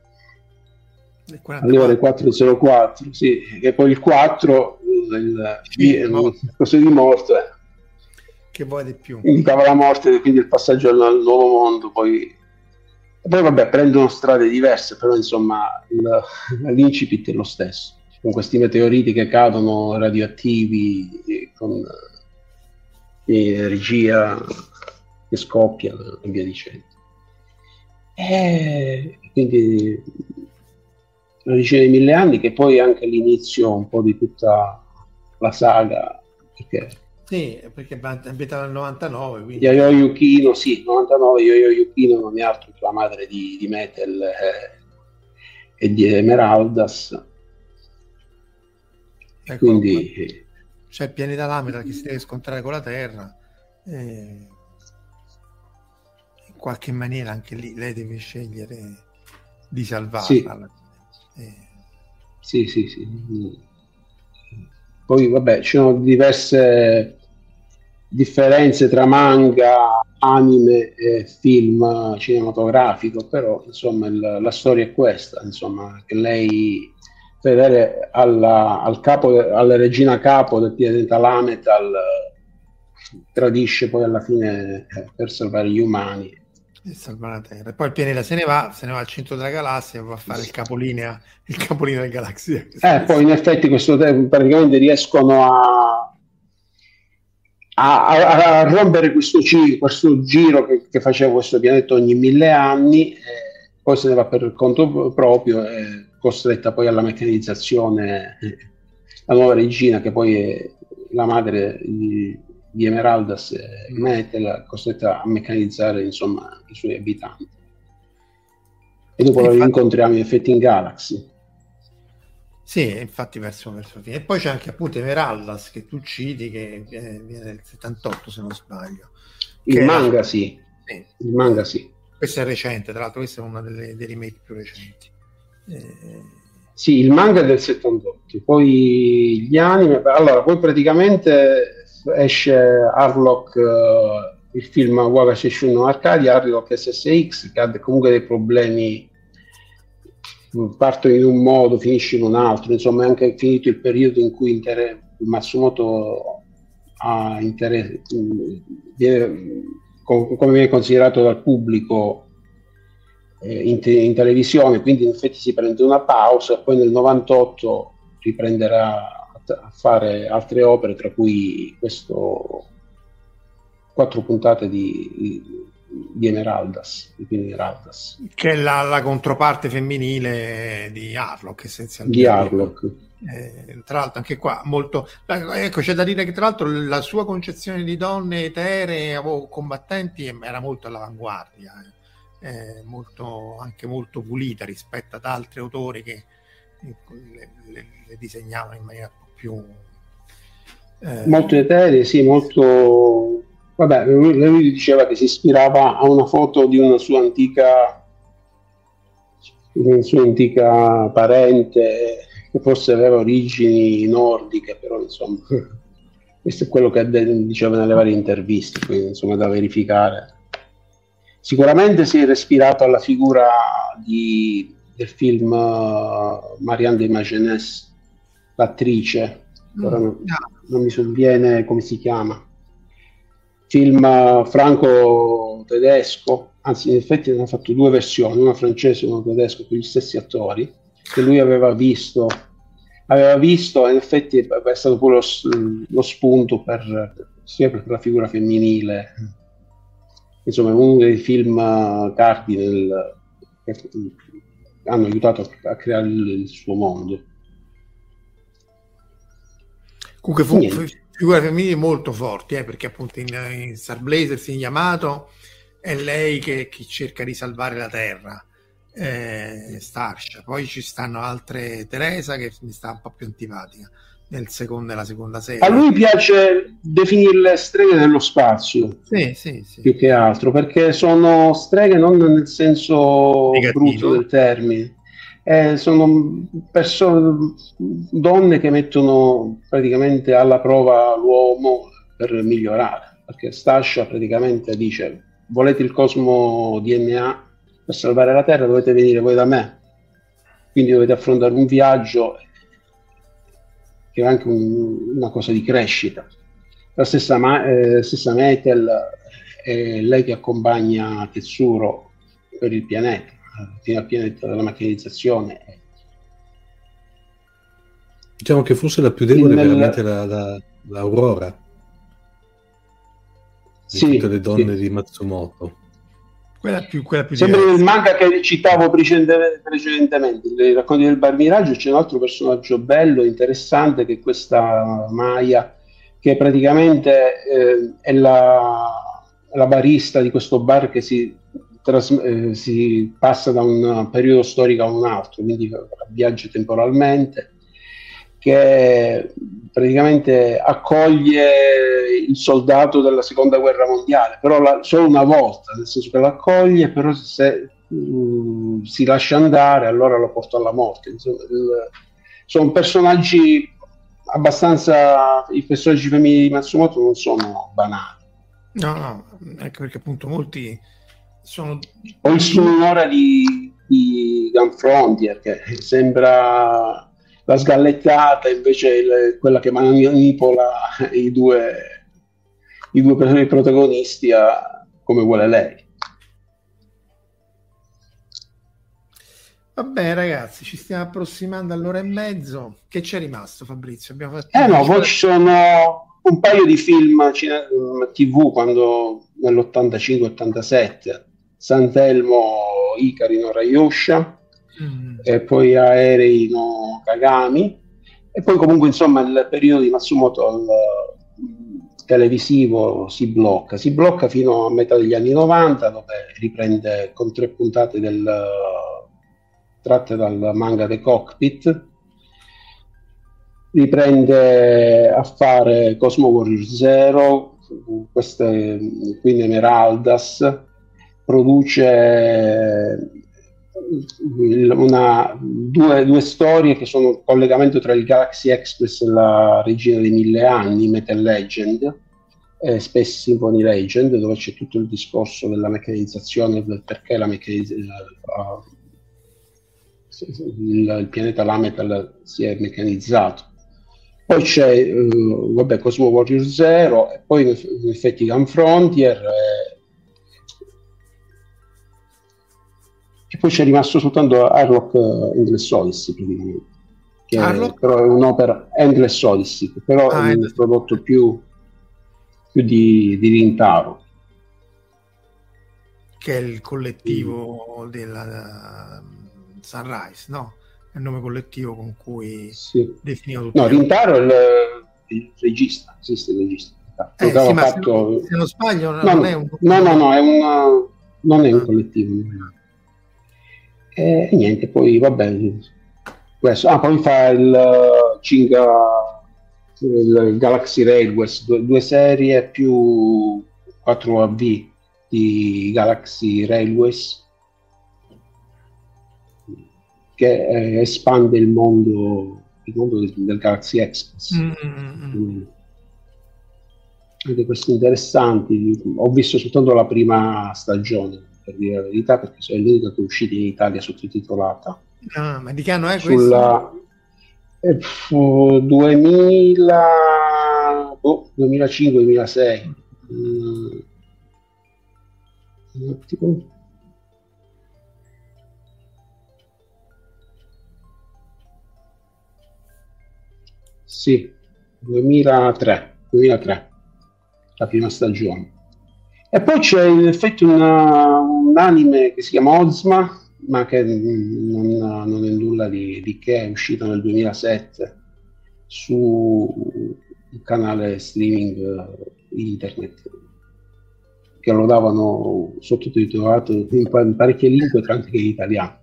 alle ore 4:04, sì, e poi il 4 il corso di morte che vuoi di più indicava la morte, quindi il passaggio al nuovo mondo. Poi prendono strade diverse, però insomma l'incipit è lo stesso, con questi meteoriti che cadono radioattivi, con energia che scoppia e via dicendo. Quindi La Regina dei 1000 anni, che poi è anche l'inizio un po' di tutta la saga, perché è ambientato nel 99, quindi Yayoi Yukino, 99. Yayoi Yukino non è altro che la madre di Metal e di Emeraldas, quindi c'è il pianeta Lameta che si deve scontrare con la Terra, in qualche maniera anche lì lei deve scegliere di salvarla. Sì. Poi ci sono diverse differenze tra manga, anime e film cinematografico, però insomma la storia è questa, insomma, che lei vedere alla regina capo del pianeta Lametal tradisce poi alla fine per salvare gli umani e salvare la Terra. E poi il pianeta se ne va al centro della galassia, va a fare il capolinea della galassia. Poi in effetti questo praticamente riescono a rompere questo giro che faceva questo pianeta ogni 1000 anni, poi se ne va per conto proprio, costretta poi alla meccanizzazione, la nuova regina, che poi è la madre di Emeraldas e Metal, costretta a meccanizzare insomma i suoi abitanti, e dopo lo incontriamo in effetti in Galaxy. Sì, infatti verso fine. E poi c'è anche appunto Emeraldas che tu citi, che viene nel 78 se non sbaglio. Il manga sì. Il manga sì. Questo è recente, tra l'altro questo è uno dei remake più recenti. Sì, il manga è del 78, poi gli anime, poi praticamente esce Harlock, il film Waga Shishun no Arcadia, Harlock SSX, che ha comunque dei problemi, partono in un modo, finisce in un altro, insomma è anche finito il periodo in cui Matsumoto ha interesse, come viene considerato dal pubblico in televisione, quindi in effetti si prende una pausa e poi nel 98 riprenderà a fare altre opere, tra cui 4 puntate di Emeraldas, che è la controparte femminile di Harlock, essenzialmente. Di Harlock. Tra l'altro anche qua molto, ecco, c'è da dire che tra l'altro la sua concezione di donne eteree o combattenti era molto all'avanguardia, anche molto pulita rispetto ad altri autori che le disegnavano in maniera più molto eteree, sì, molto. Lui diceva che si ispirava a una foto di una sua antica una sua antica parente che forse aveva origini nordiche, però insomma questo è quello che diceva nelle varie interviste, quindi insomma da verificare. Sicuramente si è ispirato alla figura del film Marianne de Magenès, l'attrice, ora non mi sovviene come si chiama, film franco-tedesco, anzi in effetti hanno fatto due versioni, una francese e una tedesca con gli stessi attori, che lui aveva visto e in effetti è stato pure lo spunto sia per la figura femminile, insomma è uno dei film cardine che hanno aiutato a creare il suo mondo. Comunque figure femminili molto forti, perché appunto in Star Blazers, in Yamato, è lei che cerca di salvare la Terra, Starsha. Poi ci stanno altre, Teresa che mi sta un po' più antipatica nella seconda serie. A lui piace definirle streghe dello spazio, sì. più che altro, perché sono streghe non nel senso negativo, brutto del termine. Sono donne che mettono praticamente alla prova l'uomo per migliorare, perché Stasha praticamente dice: volete il cosmo DNA per salvare la Terra, dovete venire voi da me, quindi dovete affrontare un viaggio che è anche una cosa di crescita. La stessa Methel è lei che accompagna Tetsuro per il pianeta, fino al pianeta della macchinizzazione. Diciamo che forse la più debole è veramente l'Aurora di tutte le donne di Matsumoto. Quella più sempre nel manga che citavo precedentemente, nei racconti del Bar Miraggio, c'è un altro personaggio bello, interessante, che è questa Maya, che praticamente è la barista di questo bar che si passa da un periodo storico a un altro, quindi viaggia temporalmente, che praticamente accoglie il soldato della seconda guerra mondiale, però solo una volta, nel senso che l'accoglie, però se si lascia andare allora lo porta alla morte. Insomma, sono personaggi abbastanza, i personaggi femminili di Matsumoto non sono banali. No, ecco perché appunto molti sono... O il signore di Gun Frontier, che sembra la sgallettata, invece quella che manipola i due protagonisti come vuole lei. Vabbè ragazzi, ci stiamo approssimando all'ora e mezzo. Che c'è rimasto, Fabrizio? Abbiamo fatto poi ci sono un paio di film TV quando nell'85-87, Santelmo, Ikari no Rayosha, e poi Aerei no Kagami, e poi comunque insomma il periodo di Matsumoto televisivo si blocca fino a metà degli anni 90, dove riprende con 3 puntate tratte dal manga The Cockpit, riprende a fare Cosmo Warrior Zero, queste Queen Emeraldas, produce due storie che sono un collegamento tra il Galaxy Express e la Regina dei Mille Anni, Metal Legend, e Space Symphony Legend, dove c'è tutto il discorso della meccanizzazione, del perché il pianeta Lametal si è meccanizzato. Poi c'è Cosmo Warrior Zero, e poi in effetti Gun Frontier, e poi c'è rimasto soltanto Harlock Endless Odyssey, praticamente, che però è un'opera, Endless Odyssey, però è un prodotto più di Rintaro, che è il collettivo della Sunrise, no? È il nome collettivo con cui definivo tutto. No, Rintaro è il regista, esiste il regista. Sì, ma fatto... se non sbaglio non è un... non è un collettivo. E niente, poi vabbè, questo. Poi fa il Galaxy Railways, due serie più 4 AV di Galaxy Railways, che espande il mondo del Galaxy Express. Anche questi interessanti. Ho visto soltanto la prima stagione, per dire la verità, perché è l'unica che è uscita in Italia sottotitolata. Ma di che anno è sulla 2005-2006. Sì, 2003, la prima stagione. E poi c'è in effetti un anime che si chiama Ozma, ma che non è nulla di che, è uscito nel 2007 su un canale streaming internet, che lo davano sottotitolato in parecchie lingue, tranne che in italiano.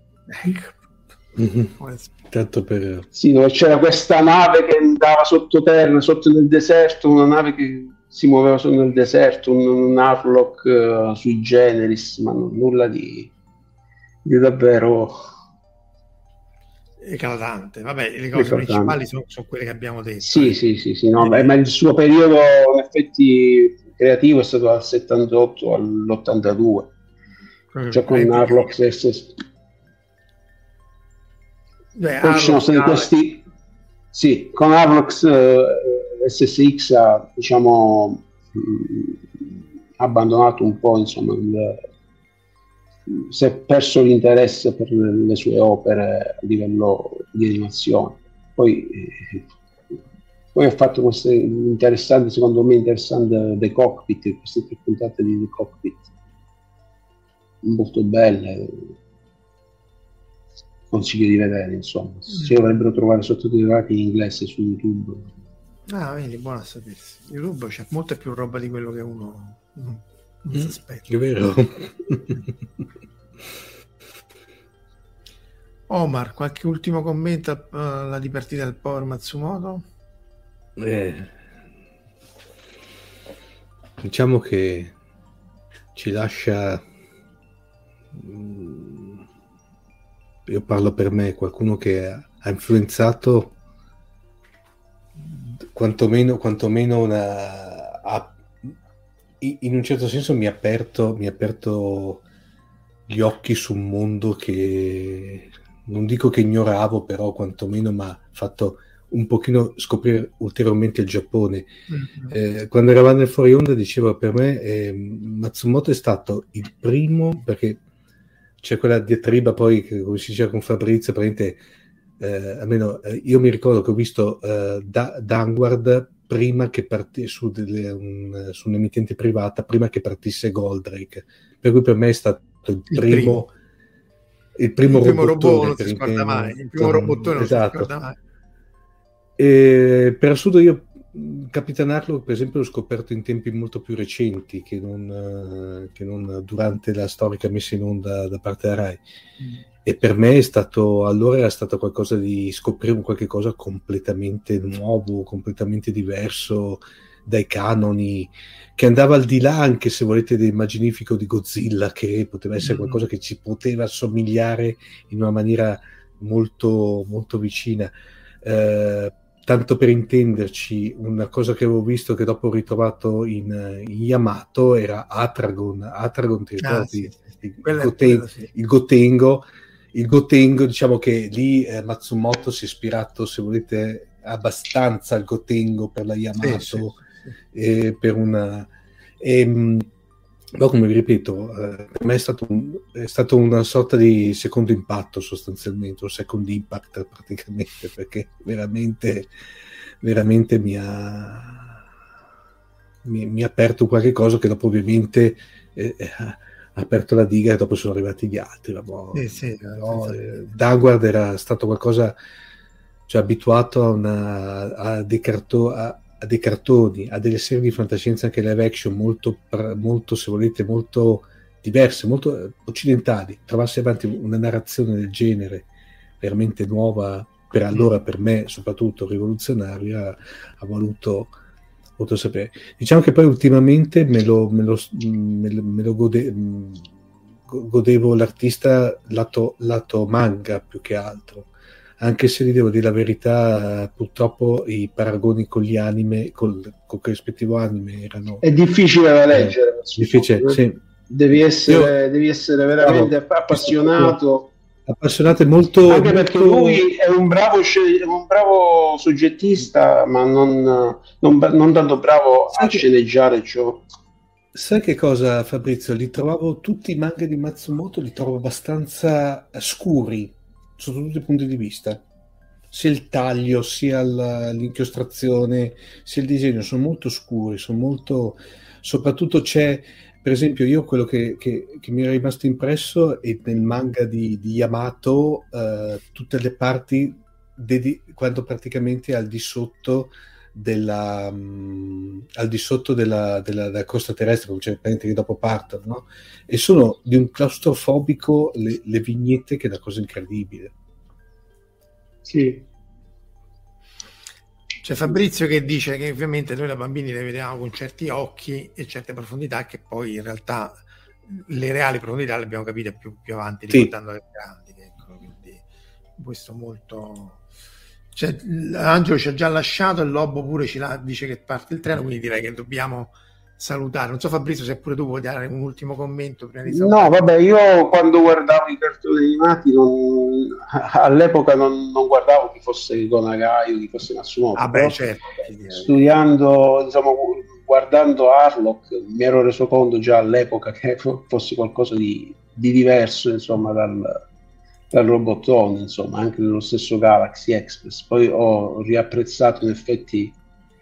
Tanto per... Sì, dove c'era questa nave che andava sottoterra, sotto nel deserto, una nave che si muoveva solo nel deserto, un Harlock sui generis, ma nulla di davvero eclatante. Vabbè, le cose principali sono quelle che abbiamo detto. Sì, no, ma il suo periodo in effetti creativo è stato dal 78 all'82, cioè con Harlock SS. Poi ci sono stati questi, sì, con Harlock SSX ha, diciamo, abbandonato un po', insomma, si è perso l'interesse per le sue opere a livello di animazione. Poi ha fatto queste interessanti, secondo me interessante, The Cockpit, queste 3 puntate di The Cockpit molto belle, consiglio di vedere, insomma. Si dovrebbero trovare sottotitolati in inglese su YouTube. Vedi, buono a sapersi. YouTube c'è molta più roba di quello che uno non si aspetta. È vero. Omar, qualche ultimo commento alla dipartita del povero Matsumoto? Diciamo che ci lascia, io parlo per me, qualcuno che ha influenzato quantomeno in un certo senso mi ha aperto gli occhi su un mondo che non dico che ignoravo, però quantomeno mi ha fatto un pochino scoprire ulteriormente il Giappone. Quando eravamo nel fuori onda dicevo, per me Matsumoto è stato il primo, perché c'è quella diatriba poi che, come si diceva con Fabrizio, almeno io mi ricordo che ho visto Downward prima che su un'emittente privata, prima che partisse Goldrake, per cui per me è stato il primo robottone, non si scorda mai, il primo robottone, esatto. Non si scorda mai. E per assurdo io Capitan Harlock per esempio l'ho scoperto in tempi molto più recenti che non durante la storica messa in onda da parte della Rai, e per me era stato qualcosa di scoprire qualche cosa completamente nuovo, completamente diverso dai canoni, che andava al di là, anche se volete, dell'immaginifico di Godzilla, che poteva essere qualcosa che ci poteva assomigliare in una maniera molto, molto vicina. Tanto per intenderci, una cosa che avevo visto che dopo ho ritrovato in Yamato era Atragon, ti ricordi? Il Gotengo, diciamo che lì Matsumoto si è ispirato, se volete, abbastanza al Gotengo per la Yamato, sì. Per una... Però, come vi ripeto, per me è stato una sorta di secondo impatto, sostanzialmente, un second impact praticamente, perché veramente mi ha aperto qualche cosa che dopo ovviamente ha aperto la diga, e dopo sono arrivati gli altri. Downward era stato qualcosa, cioè abituato a dei cartoni, a delle serie di fantascienza anche live action molto, se volete, molto diverse, molto occidentali. Trovarsi avanti una narrazione del genere veramente nuova, per allora, per me soprattutto rivoluzionaria, ha voluto sapere. Diciamo che poi ultimamente me lo godevo l'artista lato manga più che altro, anche se vi devo dire la verità, purtroppo i paragoni con gli anime, con il rispettivo anime erano... È difficile da leggere. Difficile, sì. Devi essere veramente appassionato e molto, anche perché lui è un bravo soggettista, ma non tanto bravo a sceneggiare ciò. Sai che cosa, Fabrizio? Li trovavo tutti i manga di Matsumoto, li trovo abbastanza scuri sotto tutti i punti di vista, sia il taglio, sia l'inchiostrazione, sia il disegno, sono molto scuri, soprattutto c'è, per esempio, io quello che mi è rimasto impresso è nel manga di Yamato, tutte le parti quando praticamente è al di sotto della costa terrestre, cioè che dopo partono, no? E sono di un claustrofobico le vignette, che è una cosa incredibile. Sì. C'è Fabrizio che dice che ovviamente noi da bambini le vediamo con certi occhi e certe profondità, che poi in realtà le reali profondità le abbiamo capite più avanti, ricordando le grandi, ecco, quindi questo molto... Angelo ci ha già lasciato, il Lobo pure dice che parte il treno, quindi direi che dobbiamo salutare. Non so, Fabrizio, se pure tu vuoi dare un ultimo commento prima di salutare. No, vabbè, io quando guardavo i cartoni animati all'epoca non guardavo chi fosse Gonagai o chi fosse Matsumoto. Certo. Studiando, diciamo, guardando Harlock, mi ero reso conto già all'epoca che fosse qualcosa di diverso, insomma, dal robottone, insomma, anche nello stesso Galaxy Express. Poi ho riapprezzato in effetti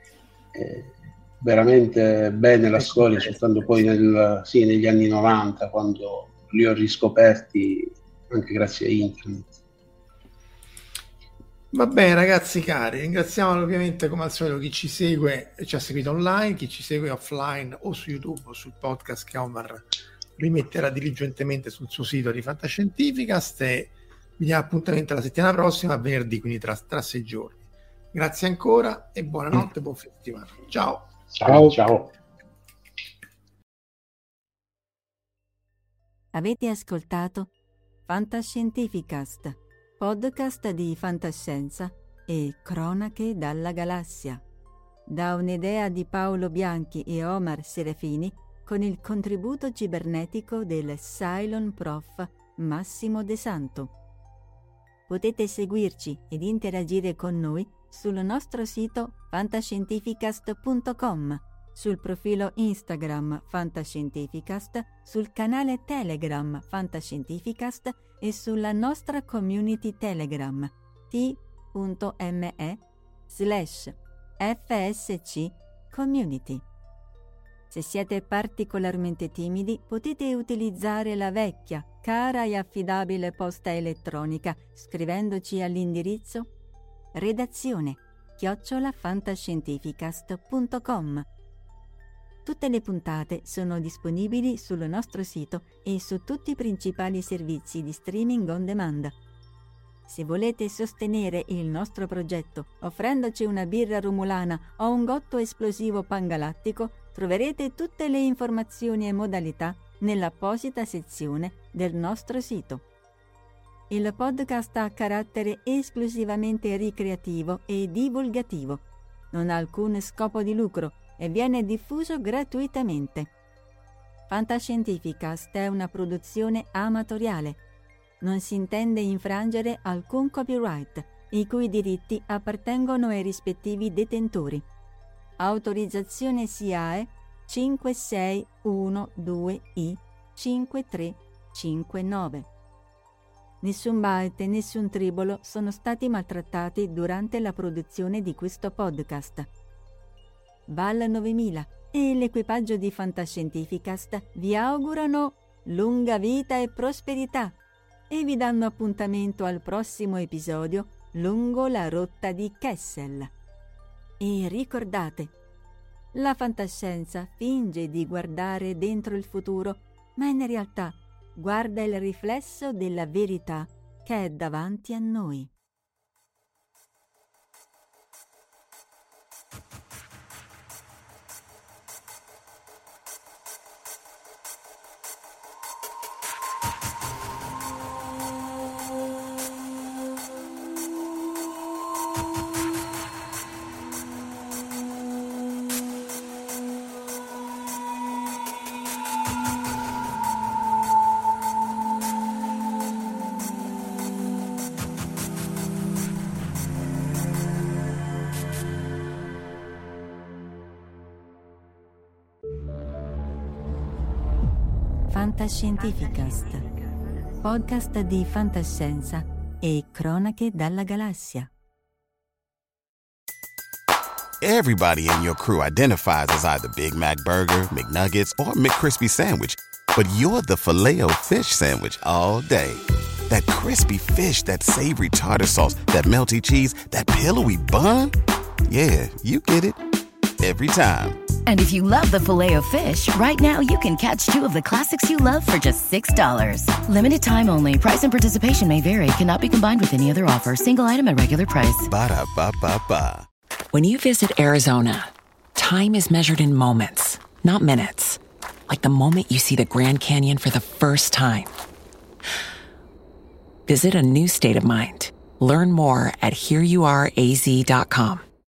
veramente bene la storia soltanto poi negli anni 90, quando li ho riscoperti anche grazie a internet. Va bene, ragazzi cari, ringraziamo ovviamente come al solito chi ci segue e ci ha seguito online, chi ci segue offline o su YouTube o sul podcast che Omar rimetterà diligentemente sul suo sito di Fantascientificast, e vi diamo appuntamento la settimana prossima, venerdì, quindi tra 6 giorni. Grazie ancora e buonanotte, buon festival. Ciao. Ciao. Avete ascoltato Fantascientificast, podcast di fantascienza e cronache dalla galassia, da un'idea di Paolo Bianchi e Omar Serafini, con il contributo cibernetico del Cylon Prof Massimo De Santo. Potete seguirci ed interagire con noi sul nostro sito fantascientificast.com, sul profilo Instagram Fantascientificast, sul canale Telegram Fantascientificast e sulla nostra community Telegram t.me/FSC Community. Se siete particolarmente timidi, potete utilizzare la vecchia, cara e affidabile posta elettronica scrivendoci all'indirizzo redazione@fantascientificast.com. Tutte le puntate sono disponibili sul nostro sito e su tutti i principali servizi di streaming on demand. Se volete sostenere il nostro progetto offrendoci una birra romulana o un gotto esplosivo pangalattico, troverete tutte le informazioni e modalità nell'apposita sezione del nostro sito. Il podcast ha carattere esclusivamente ricreativo e divulgativo. Non ha alcun scopo di lucro e viene diffuso gratuitamente. Fantascientificast è una produzione amatoriale. Non si intende infrangere alcun copyright, i cui diritti appartengono ai rispettivi detentori. Autorizzazione SIAE 5612I5359. Nessun byte e nessun tribolo sono stati maltrattati durante la produzione di questo podcast. Val 9000 e l'equipaggio di Fantascientificast vi augurano lunga vita e prosperità e vi danno appuntamento al prossimo episodio lungo la rotta di Kessel. E ricordate, la fantascienza finge di guardare dentro il futuro, ma in realtà guarda il riflesso della verità che è davanti a noi. Fantascientificast, podcast di fantascienza e cronache dalla galassia. Everybody in your crew identifies as either Big Mac Burger, McNuggets, or McCrispy Sandwich. But you're the Filet-O-Fish Sandwich all day. That crispy fish, that savory tartar sauce, that melty cheese, that pillowy bun. Yeah, you get it. Every time. And if you love the Filet-O-Fish, right now you can catch two of the classics you love for just $6. Limited time only. Price and participation may vary. Cannot be combined with any other offer. Single item at regular price. Ba-da-ba-ba-ba. When you visit Arizona, time is measured in moments, not minutes. Like the moment you see the Grand Canyon for the first time. Visit a new state of mind. Learn more at hereyouareaz.com.